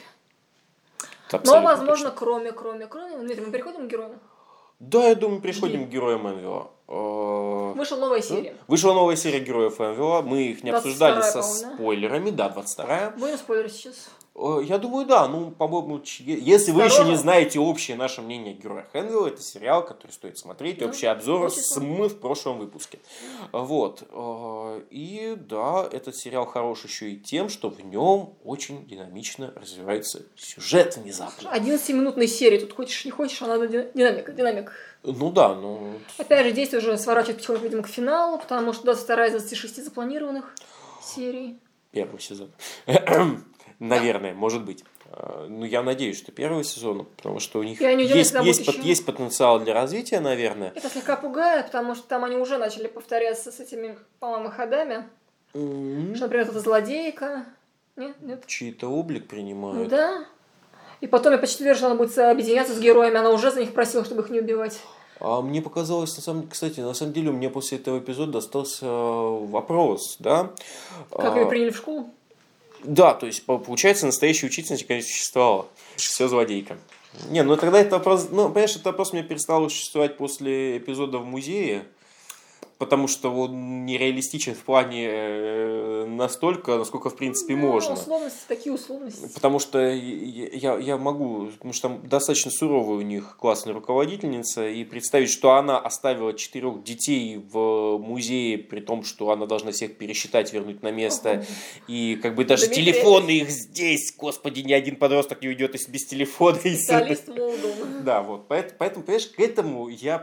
Но, возможно, кроме. Дмитрий, мы переходим к героям? Да, я думаю, переходим к героям НВО. Вышла новая серия. Вышла новая серия героев НВО. Мы их не обсуждали со спойлерами. Да, 22-я. Будем спойлерить сейчас? Я думаю, да. Ну, по-моему, если вы еще не знаете общее наше мнение о героях НВО, это сериал, который стоит смотреть. Общий обзор мы в прошлом выпуске. Вот. И да, этот сериал хорош еще и тем, что в нем очень динамично развивается сюжет внезапно. 11-минутная серия. Тут хочешь не хочешь, а надо динамик. Ну да, Опять же, действие уже сворачивает потихоньку, видимо, к финалу, потому что 22 из 26 запланированных серий. Первый сезон. Наверное, может быть. Ну, я надеюсь, что первого сезона, потому что у них есть потенциал для развития, наверное. Это слегка пугает, потому что там они уже начали повторяться с этими, по-моему, ходами. Что, например, это злодейка. Нет? Чей-то облик принимают. Да. И потом я почти уверена, что она будет объединяться с героями. Она уже за них просила, чтобы их не убивать. А мне показалось, на самом деле, у меня после этого эпизода достался вопрос, да? Как ее приняли в школу? Да, то есть, получается, настоящая учительница, конечно, существовала. Все злодейка. Не, ну тогда это вопрос... Ну, понимаешь, этот вопрос мне перестал существовать после эпизода в музее. Потому что он нереалистичен в плане настолько, насколько в принципе можно. Условности, такие условности. Потому что я могу, потому что там достаточно суровая у них классная руководительница, и представить, что она оставила 4 детей в музее, при том, что она должна всех пересчитать, вернуть на место, и как бы даже телефоны их здесь, господи, ни один подросток не уйдет без телефона. Специалист Молдова. Да, вот, поэтому, понимаешь, к этому я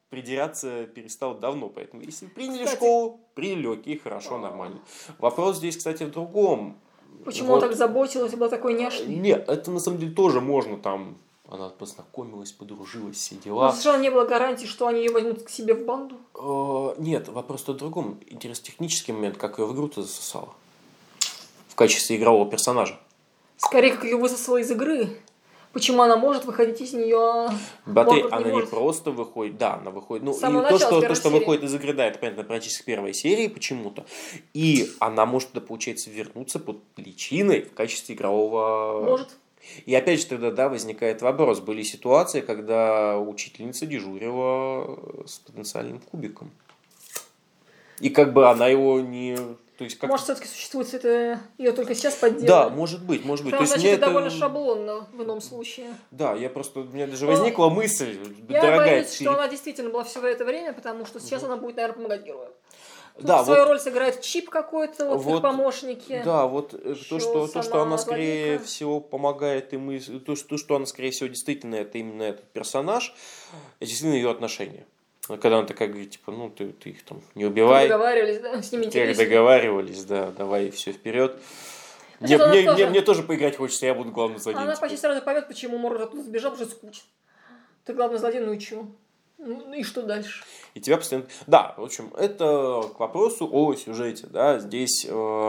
придираться перестал давно. Поэтому если приняли Кстати, школу, приняли, окей, хорошо, нормально. Вопрос здесь, кстати, в другом. почему он так заботилась, была такой няшной? Нет, это на самом деле тоже можно там. Она познакомилась, подружилась, все Но дела. совершенно не было гарантии, что они ее возьмут к себе в банду. Нет, вопрос в другом. Интересный технический момент, как ее в игру-то засосало. В качестве игрового персонажа. Скорее, как ее высосало из игры. Почему она может выходить из нее, Батарей, Моргот не она не может? просто выходит, да, она выходит. Ну, С самого и то, начала, с что, первой то, что серии. выходит из игры, да, это понятно, практически с первой серии почему-то. И она может туда, получается, вернуться под личиной в качестве игрового. Может. И опять же тогда, да, возникает вопрос. Были ситуации, когда учительница дежурила с потенциальным кубиком. И как бы она его не... То есть как... Может, все-таки существует это ее только сейчас подделали. Да, может быть, может быть. Потому То есть что мне это довольно шаблонно в ином случае. Да, у меня даже возникла мысль, Я дорогая... боюсь, что она действительно была все это время, потому что сейчас она будет, наверное, помогать герою. Тут Да, свою роль сыграет чип какой-то, в их помощнике. Да, вот то, что она, сама скорее злодейка. всего, помогает, и то, что она, скорее всего, действительно, это именно этот персонаж, это действительно ее отношения. Когда она такая говорит, типа, ну, ты их там не убивай. Договаривались, да, с ними Как интересно. договаривались, да, давай все вперед. Мне тоже поиграть хочется, я буду главным злодеем. Она почти сразу поймет, почему Моргот оттуда сбежал, потому что скучно. Ты главный злодей, ну и чё? Ну и что дальше? И тебя постоянно... Да, в общем, это к вопросу о сюжете, да, здесь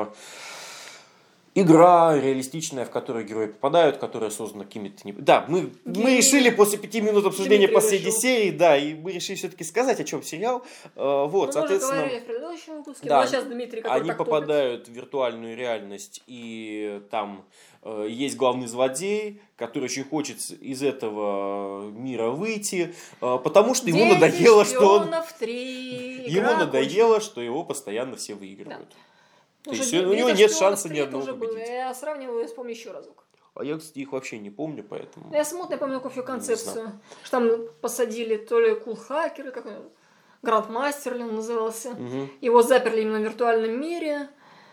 игра реалистичная, в которую герои попадают, которая создана какими-то... Да, мы решили после 5 минут обсуждения Дмитрий последней решил. серии, да, и мы решили все-таки сказать, о чем сериал. Вот, Мы соответственно... уже говорили в предыдущем выпуске, Да, но сейчас Дмитрий, который они так попадают в виртуальную реальность, и там есть главный злодей, который очень хочет из этого мира выйти, потому что ему надоело, что он... Ему надоело, что его постоянно все выигрывают. Да. То есть у него нет шанса ни одного уже было. победить. Я сравниваю, вспомню еще разок. А я, кстати, их вообще не помню, поэтому... Я смутно помню какую концепцию. знаю. Что там посадили то ли кулхакеры, как он, Грандмастер ли он назывался. Его заперли именно в виртуальном мире.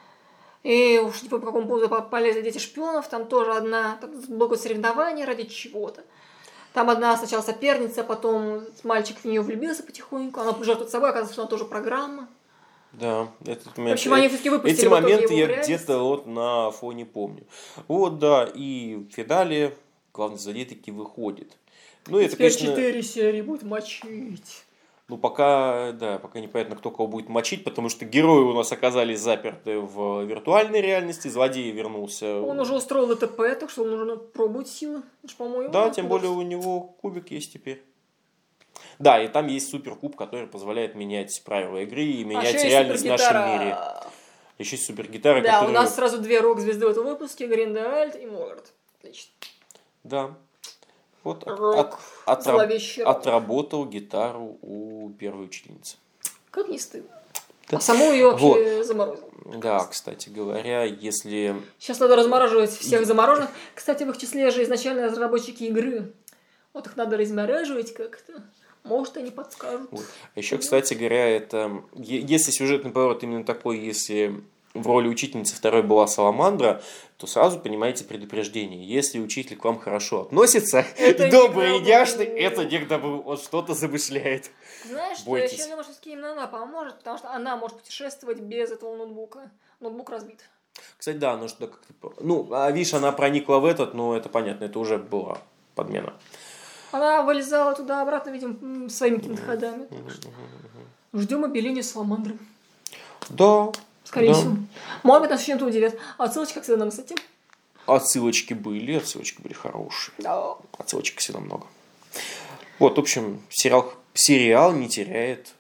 И уж не помню, по какому поводу полезли дети шпионов. Там тоже одна... Там было какое-то соревнование ради чего-то. Там одна сначала соперница, потом мальчик в нее влюбился потихоньку. Она жертвует собой, оказывается, что она тоже программа. Да, этот момент, В общем, они все-таки выпустили эти в итоге моменты его я в реальность. где-то вот на фоне помню. Вот, да, и в финале главный злодей таки выходит. Ну, это, Теперь конечно... 4 серии будет мочить. Ну, пока непонятно, кто кого будет мочить, потому что герои у нас оказались заперты в виртуальной реальности, злодей вернулся. Он уже устроил ВТП, так что нужно пробовать силы. Это ж, по-моему, Да, тем более у него кубик есть теперь. Да, и там есть суперкуб, который позволяет менять правила игры и менять реальность в нашем мире. Еще есть супергитара, Да, которая... у нас сразу 2 рок-звезды в этом выпуске. Гриндевальд и Моргот. Отлично. Да. Вот Рок. Зловещий рок. отработал гитару у первой ученицы. Как не стыдно. Да. А саму ее вообще заморозил. Да, кстати говоря, если... Сейчас надо размораживать всех замороженных. Кстати, в их числе же изначально разработчики игры. Вот их надо размораживать как-то. Может, они подскажут. Вот. А еще, кстати говоря, это... Если сюжетный поворот именно такой, если в роли учительницы второй была Саламандра, то сразу понимаете предупреждение. Если учитель к вам хорошо относится, Это и добрый, и не к няшный, добру. это не к добру. Он что-то замышляет. Знаешь, что Бойтесь. еще думаю, что все-таки именно она поможет, потому что она может путешествовать без этого ноутбука. Ноутбук разбит. Кстати, да, ну что как-то... Ну, а видишь, она проникла в этот, но это понятно, это уже была подмена. Она вылезала туда-обратно, видимо, своими какими-то ходами. Так что ждем объявления Саламандры. Да. Скорее да. всего. Может быть, нас чем-то удивят. А отсылочки, как всегда, на высоте. Отсылочки были хорошие. Да. Отсылочек всегда много. Вот, в общем, сериал не теряет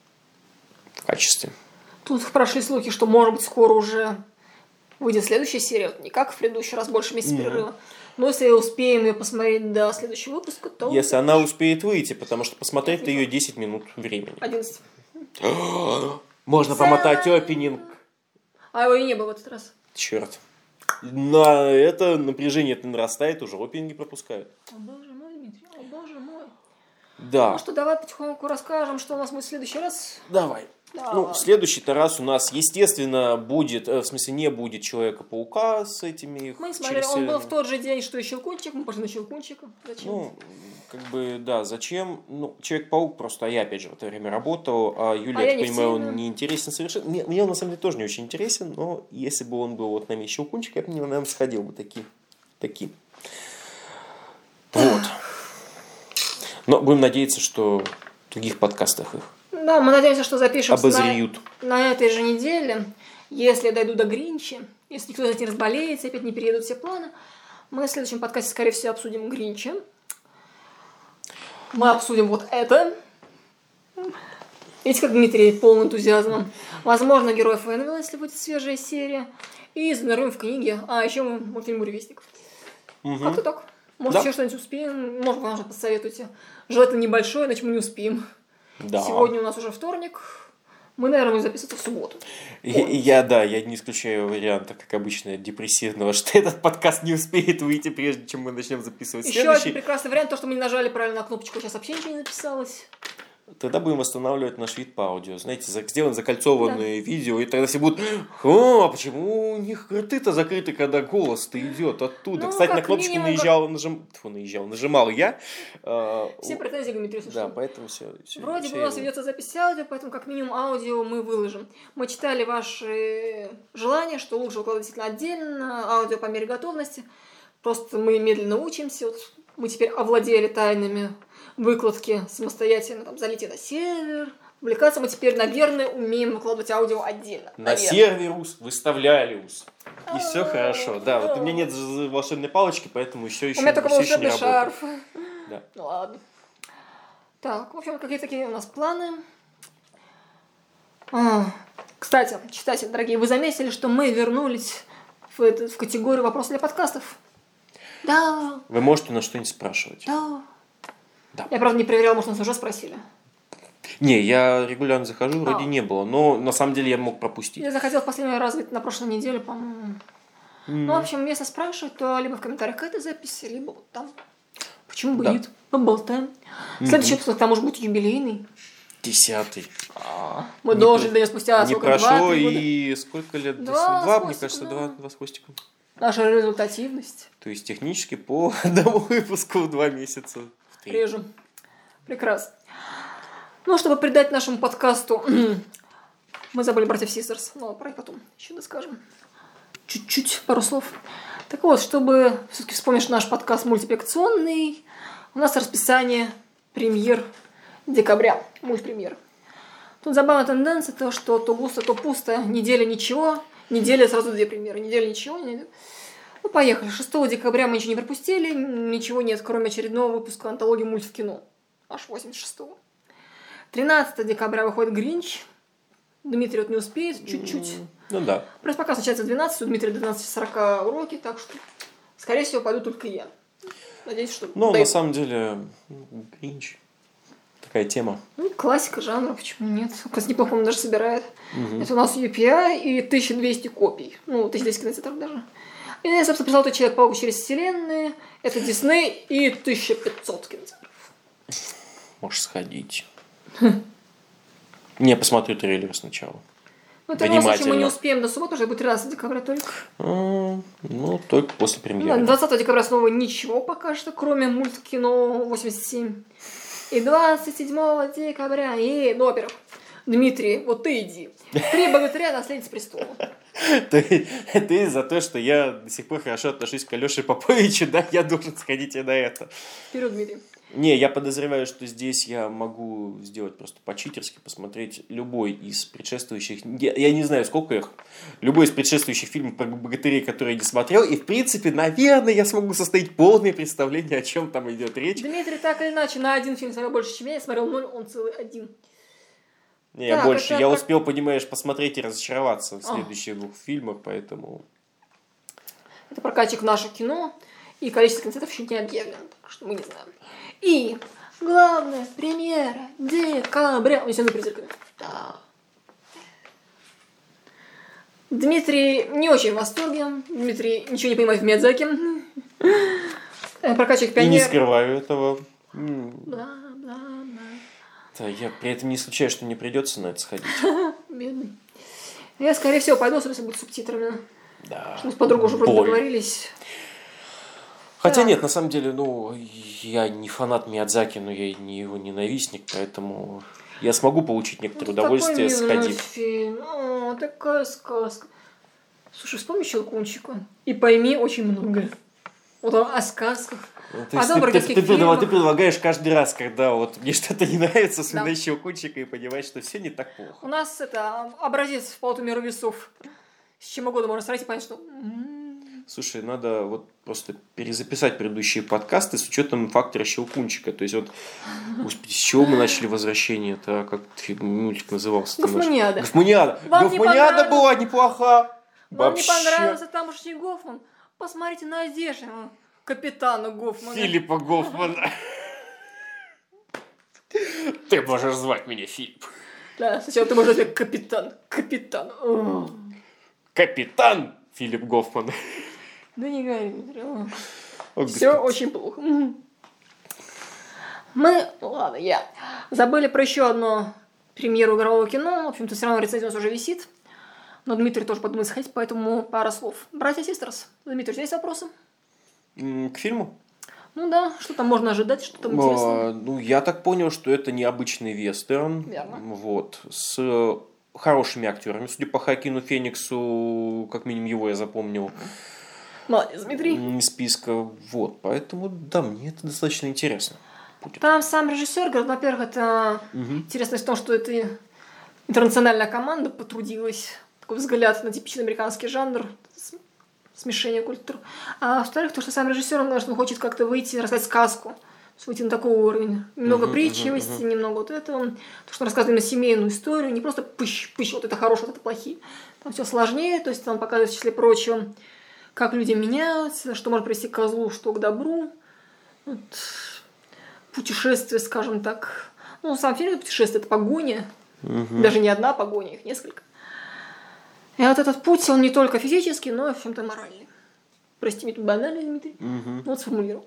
в качестве. Тут прошли слухи, что, может быть, скоро уже выйдет следующая серия. Вот не как в предыдущий раз, больше месяца перерыва. Но если успеем ее посмотреть до следующего выпуска, то... Если она успеет выйти, потому что посмотреть ее 10 минут времени. 11. Можно помотать опенинг. А его и не было в этот раз. Черт. На это напряжение нарастает, уже опенинги пропускают. О, боже мой, Дмитрий, о, боже мой. Да. Ну что, давай потихоньку расскажем, что у нас будет в следующий раз. Давай. Да. Ну, в следующий-то раз у нас, естественно, будет, в смысле, не будет Человека-паука с этими... Мы не смотрели, он был в тот же день, что и Щелкунчик, мы пошли на Щелкунчика. Зачем? Ну, как бы, да, зачем? Ну, Человек-паук просто, я, опять же, в это время работал, а Юля, я так понимаю, он не интересен совершенно. Мне он, на самом деле, тоже не очень интересен, но если бы он был вот на месте Щелкунчика, я бы, наверное, сходил бы таким. Вот. Но будем надеяться, что в других подкастах их Да, мы надеемся, что запишем обозреют. на этой же неделе. Если я дойду до Гринча, если никто из нас не разболеется, опять не переедут все планы, мы в следующем подкасте, скорее всего, обсудим Гринча. Мы обсудим вот это. Видите, как Дмитрий полный энтузиазмом. Возможно, Героев Энвилла, если будет свежая серия. И занырнем в книге. А еще мультфильм «Буревестник». Как-то так. Может, еще что-нибудь успеем. Может, вы нам что-то посоветуете. Желательно небольшое, иначе мы не успеем. Да. Сегодня у нас уже вторник. Мы, наверное, будем записываться в субботу. Я не исключаю варианта, как обычно, депрессивного, что этот подкаст не успеет выйти, прежде чем мы начнем записывать еще следующий. Один прекрасный вариант, то, что мы не нажали правильно на кнопочку, сейчас вообще ничего не написалось. Тогда будем восстанавливать наш вид по аудио. Знаете, сделаем закольцованные видео, и тогда все будут: а почему у них рты-то закрыты, когда голос-то идет оттуда? Ну, кстати, на кнопочку нажимал я. Все претензии к Дмитрию слушали. Да, поэтому все. Вроде бы у нас ведется запись аудио, поэтому как минимум аудио мы выложим. Мы читали ваши желания, что лучше выкладывать действительно отдельно, аудио по мере готовности. Просто мы медленно учимся. Вот мы теперь овладели тайнами выкладки самостоятельно, там, залить на сервер, публикаться. Мы теперь, наверное, умеем выкладывать аудио отдельно. На серверус выставляли-ус. И все хорошо. Да, вот у меня нет волшебной палочки, поэтому еще у меня только волшебный шарф. Да. Ну ладно. Так, в общем, какие такие у нас планы. Кстати, читатели, дорогие, вы заметили, что мы вернулись в категорию «Вопрос для подкастов»? Да. Вы можете нас что-нибудь спрашивать. Да. Да. Я, правда, не проверяла, может, нас уже спросили. Не, я регулярно захожу, вроде не было, но на самом деле я мог пропустить. Я заходила в последний раз на прошлой неделе, по-моему. Ну, в общем, если спрашивают, то либо в комментариях к этой записи, либо вот там. Почему бы нет? Поболтаем. Следующий выпуск, там может быть юбилейный. 10-й. Мы дожили до него спустя не прошло и сколько лет? Два, мне кажется, два с хвостиком. Наша результативность. То есть технически по одному выпуску в 2 месяца. Режем. Прекрасно. Ну, чтобы придать нашему подкасту... Мы забыли братьев Систерс. Ну, про них потом еще доскажем. Чуть-чуть, пару слов. Так вот, чтобы все-таки вспомнишь наш подкаст мультипликационный, у нас расписание премьер декабря. Мультпремьер. Тут забавная тенденция, то, что то густо, то пусто. Неделя ничего. Неделя сразу 2 премьеры. Неделя ничего. Ну, поехали. 6 декабря мы ничего не пропустили. Ничего нет, кроме очередного выпуска антологии мульт в кино. Аж 86-го. 13 декабря выходит Гринч. Дмитрий вот не успеет, чуть-чуть. Ну да. Пресс-показ начинается в 12, у Дмитрия 12:40 уроки, так что, скорее всего, пойду только я. Надеюсь, что... Ну, на самом деле, Гринч. Такая тема. Ну, классика жанра, почему нет? Как неплохо, он даже собирает. Это у нас UPI и 1200 копий. Ну, 1200 кинотеатров даже. И я, собственно, писал «Тот Человек-паук через вселенные». Это Дисней и 1500 кинотеатров. Можешь сходить. Не, посмотрю трейлер сначала. Ну, в любом случае, мы не успеем до субботы, уже будет 13 декабря только. Ну, только после премьеры. 20 декабря снова ничего пока что, кроме мульткино 87. И 27 декабря, ну, во-первых, Дмитрий, вот ты иди. 3 богатыря, наследница престола. Ты за то, что я до сих пор хорошо отношусь к Алёше Поповичу, да? Я должен сходить и на это. Вперед, Дмитрий. Не, я подозреваю, что здесь я могу сделать просто по-читерски, посмотреть любой из предшествующих... Я не знаю, сколько их. Любой из предшествующих фильмов про богатырей, которые я не смотрел. И, в принципе, наверное, я смогу составить полное представление, о чем там идет речь. Дмитрий так или иначе на один фильм смотрел больше, чем я смотрел 0, он целый 1. Не, я больше. Я успел, понимаешь, посмотреть и разочароваться в следующих 2 фильмах, поэтому... Это прокатчик в наше кино, и количество концертов еще не объявлено, так что мы не знаем. И главная премьера декабря. Унесенный призраками. Да. Дмитрий не очень в восторге. Дмитрий ничего не понимает в Миядзаки. Прокачик пионер. И не скрываю этого. Да, я при этом не исключаю, что мне придется на это сходить. Бедный. Я, скорее всего, пойду, если будет с субтитрами. Да. Что мы с подругой уже вроде Боль. договорились. Хотя Так. нет, на самом деле, я не фанат Миядзаки, но я и не его ненавистник, поэтому я смогу получить некоторое удовольствие, Такой милый сходив. фильм. О, такая сказка. Слушай, вспомни Щелкунчика и пойми очень многое. Вот о сказках. То есть добрых детских фильмах. ты предлагаешь каждый раз, когда вот мне что-то не нравится, вспоминать Да. Щелкунчика и понимать, что все не так плохо. У нас это образец в полоту мира весов. С чем угодно можно сравнить и понять, что... Слушай, надо вот просто перезаписать предыдущие подкасты с учетом фактора Щелкунчика. То есть вот, господи, с чего мы начали возвращение-то? Как мультик назывался? Гофманиада. Гофманиада. Вам не Гофманиада понравилось? была неплоха. Вам Вообще. не понравился тамошний Гофман? Посмотрите на здешнего капитана Гофмана. Филиппа Гофмана. Ты можешь звать меня Филипп. Да, сначала ты можешь сказать капитан. Капитан. Капитан Филипп Гофман. Да не говори. О, Все господи. очень плохо. Я. Забыли про еще одну премьеру игрового кино. В общем-то, все равно рецензия у нас уже висит. Но Дмитрий тоже подумает сходить, поэтому пара слов. Братья и Систерс. Дмитрий, у тебя есть вопросы? К фильму? Ну да, что там можно ожидать, что там интересно. Я так понял, что это необычный вестерн. Верно. Вот. С хорошими актерами. Судя по Хоакину Фениксу, как минимум его я запомнил. Молодец, Дмитрий. Из списка. Вот. Поэтому, да, мне это достаточно интересно будет. Там сам режиссер говорит, во-первых, это интересность в том, что это интернациональная команда потрудилась. Такой взгляд на типичный американский жанр, смешение культур. А во-вторых, то, что сам режиссер, он, конечно, хочет как-то выйти, рассказать сказку. Выйти на такой уровень. Немного притчивости, немного вот этого. То, что он рассказывает именно семейную историю, не просто пыщ, вот это хорошее, вот это плохие. Там все сложнее, то есть он показывает, в числе прочего, как люди меняются, что может привести к козлу, что к добру. Вот. Путешествие, скажем так. Ну, сам фильм это путешествие, это погоня. Даже не одна погоня, их несколько. И вот этот путь, он не только физический, но и в чем-то моральный. Прости меня, тут банально, Дмитрий. Вот сформулировал.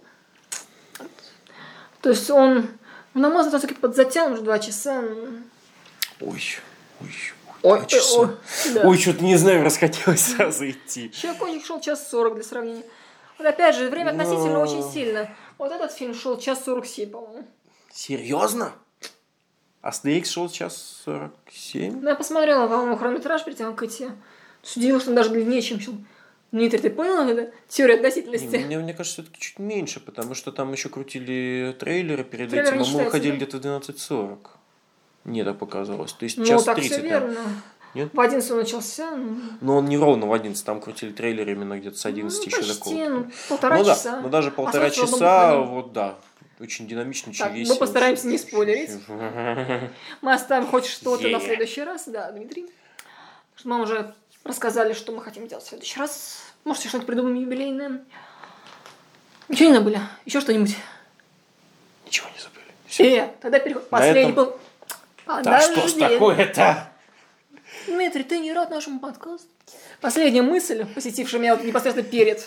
То есть он, на мой взгляд, все-таки подзатянут уже 2 часа. Ой, 2 часа. Да. Ой, что-то не знаю, расхотелось сразу идти. Щелкунчик шел 1:40 для сравнения. Вот опять же, время относительно очень сильно. Вот этот фильм шел 1:47, по-моему. Серьезно? Астерикс шел 1:47? Ну, я посмотрела, по-моему, хронометраж перед тем, как идти. Судила, что он даже длиннее, чем фильм. Дмитрий, ты понял это? Теория относительности. Мне кажется, все-таки чуть меньше, потому что там еще крутили трейлеры перед Трейлер этим, не а мы считается, выходили да? где-то в 12:40. Мне так показалось. То есть Ну, час так 30. все верно. Нет? В 11 он начался. Но он не ровно в 11, там крутили трейлеры именно где-то с 11 еще до почти, кого-то. полтора часа. Да, но даже полтора Осталось в одном часа, буквально. вот да, очень динамично, очень Так, весело. мы постараемся не спойлерить. Мы оставим хоть что-то на Yeah. следующий раз, да, Дмитрий. Потому что мы вам уже рассказали, что мы хотим делать в следующий раз. Может, что-нибудь придумаем юбилейное. Ничего не забыли? Еще что-нибудь? Ничего не забыли. Тогда переход. Последний этом- был. Да что ж такое-то? Дмитрий, ты не рад нашему подкасту? Последняя мысль, посетившая меня вот непосредственно перед.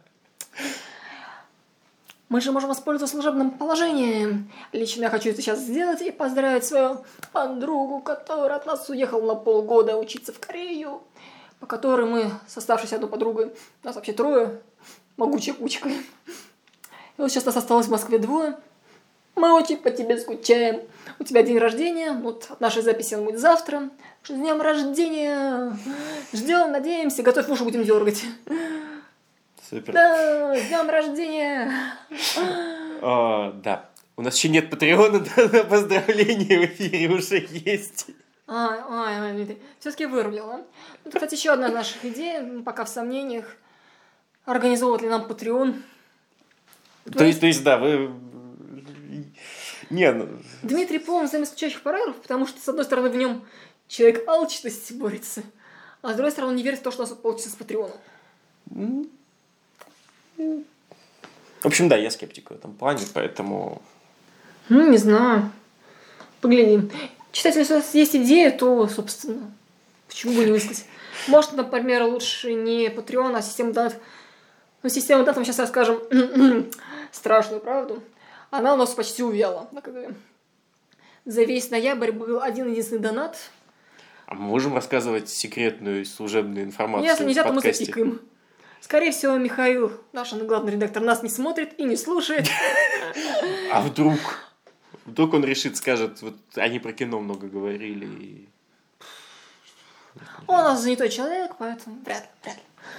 Мы же можем воспользоваться служебным положением. Лично я хочу это сейчас сделать и поздравить свою подругу, которая от нас уехала на полгода учиться в Корею, по которой мы с оставшейся одной подругой, нас вообще 3, могучей кучкой. И вот сейчас нас осталось в Москве 2. Мы очень по тебе скучаем. У тебя день рождения, вот от нашей записи он будет завтра. С днем рождения! Ждем, надеемся, готовь уши, будем дергать. Супер. Да, с днем рождения! Да. У нас еще нет Патреона, но поздравления в эфире уже есть. Все-таки вырулила. Это, кстати, еще одна из наших идей, пока в сомнениях, организовывать ли нам Patreon. То есть, да, вы... Не, ну... Дмитрий полон взаимоисключающих параграфов, потому что, с одной стороны, в нем человек алчности борется, а с другой стороны, он не верит в то, что у нас получится с Патреоном. В общем, да, я скептик в этом плане, поэтому... Не знаю. Поглядим. Читатель, если у вас есть идея, то, собственно, почему бы не высказать. Может, например, лучше не Patreon, а систему донатов. Но систему донатов мы сейчас расскажем страшную правду. Она у нас почти увяла. за весь ноябрь был один единственный донат. А мы можем рассказывать секретную служебную информацию Если нельзя, в то мы подкасте? запикаем. Скорее всего, Михаил, наш главный редактор, нас не смотрит и не слушает. А вдруг? Вдруг он решит, скажет, вот они про кино много говорили. И... Он у нас занятой человек, поэтому вряд ли.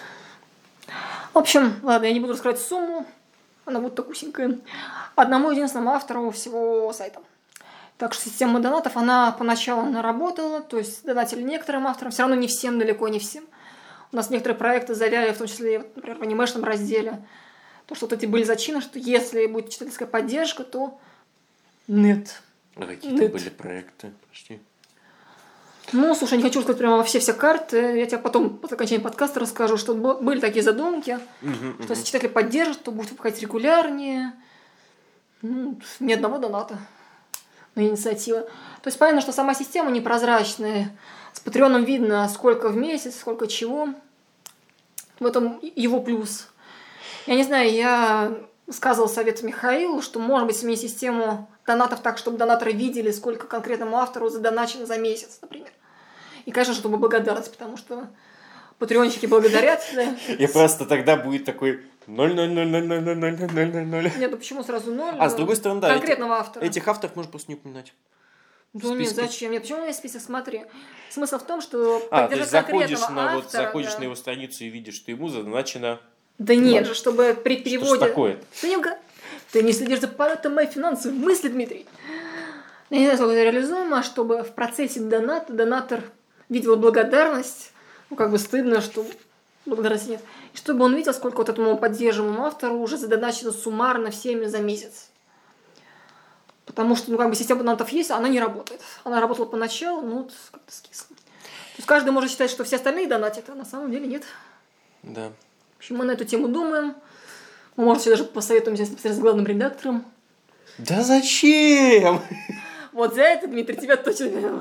В общем, ладно, я не буду раскрывать сумму. Она будет такусенькая. Одному единственному автору всего сайта. Так что система донатов, она поначалу наработала, то есть донатили некоторым авторам, все равно не всем, далеко не всем. У нас некоторые проекты завяли, в том числе, например, в анимешном разделе. То, что вот эти были зачины, что если будет читательская поддержка, то нет. А какие-то были проекты? Почти. Ну, слушай, не хочу сказать прямо все карты. Я тебе потом, по окончании подкаста, расскажу, что были такие задумки, что если читатели поддержат, то будет выходить регулярнее. Ну, ни одного доната на инициативу. То есть понятно, что сама система непрозрачная. С Патреоном видно, сколько в месяц, сколько чего. В этом его плюс. Я не знаю, я сказывал совет Михаилу, что, может быть, сменить систему донатов так, чтобы донаторы видели, сколько конкретному автору задоначено за месяц, например. И, конечно, чтобы благодарность, потому что патреонщики благодарят. Да. И просто тогда будет такой 0,0,0,0,0,0,0,0,0,0. Нет, ну почему сразу 0? А с другой стороны, да. Конкретного автора. Этих авторов можно просто не упоминать. Да нет, зачем? Нет, почему у меня есть список? Смотри. Смысл в том, что то есть заходишь автора, заходишь да. на его страницу и видишь, что ему задоначено... Да нет же, чтобы при переводе... Что ж такое? Ты не следишь за полетом моей финансовой мысли, Дмитрий. Я не знаю, сколько это реализуемо, чтобы в процессе доната донатор видел благодарность. Ну, как бы стыдно, что благодарности нет. И чтобы он видел, сколько вот этому поддерживаемому автору уже задоначено суммарно всеми за месяц. Потому что, ну, как бы система донатов есть, а она не работает. Она работала поначалу, но вот как-то скисло. То есть каждый может считать, что все остальные донатят, а на самом деле нет. Да. В общем, мы на эту тему думаем. Мы, может, все даже посоветуемся с главным редактором. Да зачем? Вот за это, Дмитрий, тебя точно...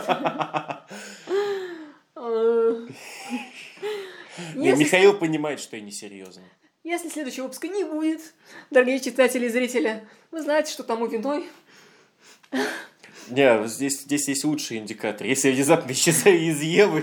Михаил понимает, что я несерьезно. Если следующего выпуска не будет, дорогие читатели и зрители, вы знаете, что тому виной. Не, здесь есть лучший индикатор. Если я внезапно исчезаю из Евы,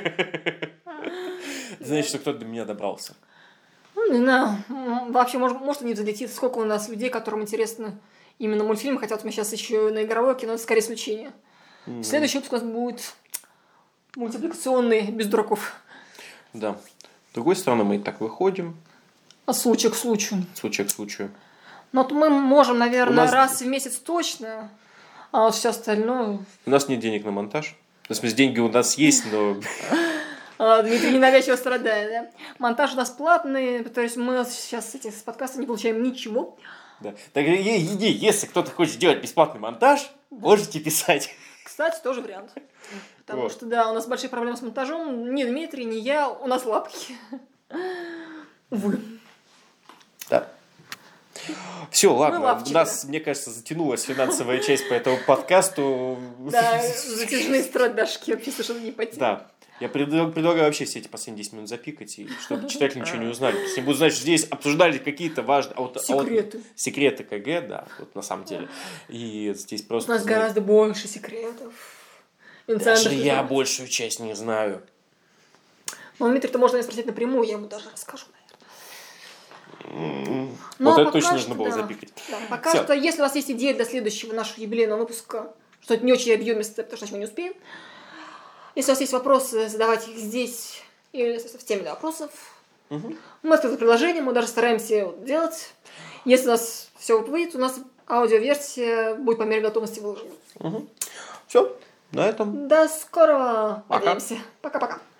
значит, что кто-то до меня добрался. Ну, не знаю. Вообще, может, не взлетит. Сколько у нас людей, которым интересно именно мультфильмы, хотя вот мы сейчас еще на игровое кино, это скорее исключение. Следующий выпуск у нас будет мультипликационный, без дураков. Да. С другой стороны, мы и так выходим. А случай к случаю. Случай к случаю. Но вот мы можем, наверное, нас... раз в месяц точно, а вот все остальное... У нас нет денег на монтаж. В смысле, деньги у нас есть, но... Дмитрий ненавязчиво страдает, да? Монтаж у нас платный, то есть мы сейчас с подкаста не получаем ничего. Да. Так, если кто-то хочет сделать бесплатный монтаж, можете писать. Кстати, тоже вариант. Потому что, да, у нас большие проблемы с монтажом. Ни Дмитрий, ни я, у нас лапки. Увы. Да. Все, ладно. Лапчик, у нас, мне кажется, затянулась финансовая часть по этому подкасту. Да, затяжные страдашки, вообще совершенно не по теме. Да. Я предлагаю вообще все эти последние 10 минут запикать, и чтобы читатели ничего не узнали. То есть не будут знать, что здесь обсуждали какие-то важные... Секреты. Секреты КГ, да, вот на самом деле. И здесь просто... У нас гораздо больше секретов. Даже я большую часть не знаю. Ну, Дмитрий-то можно меня спросить напрямую, я ему даже расскажу, наверное. Вот это точно нужно было запикать. Да, пока что, если у вас есть идеи для следующего нашего юбилейного выпуска, что это не очень объемистое, потому что мы не успеем. Если у вас есть вопросы, задавайте их здесь или в теме для вопросов. Мы открыты приложение, мы даже стараемся делать. Если у нас все выйдет, у нас аудиоверсия будет по мере готовности выложена. Все, на этом. До скорого. Пока. Надеемся. Пока-пока.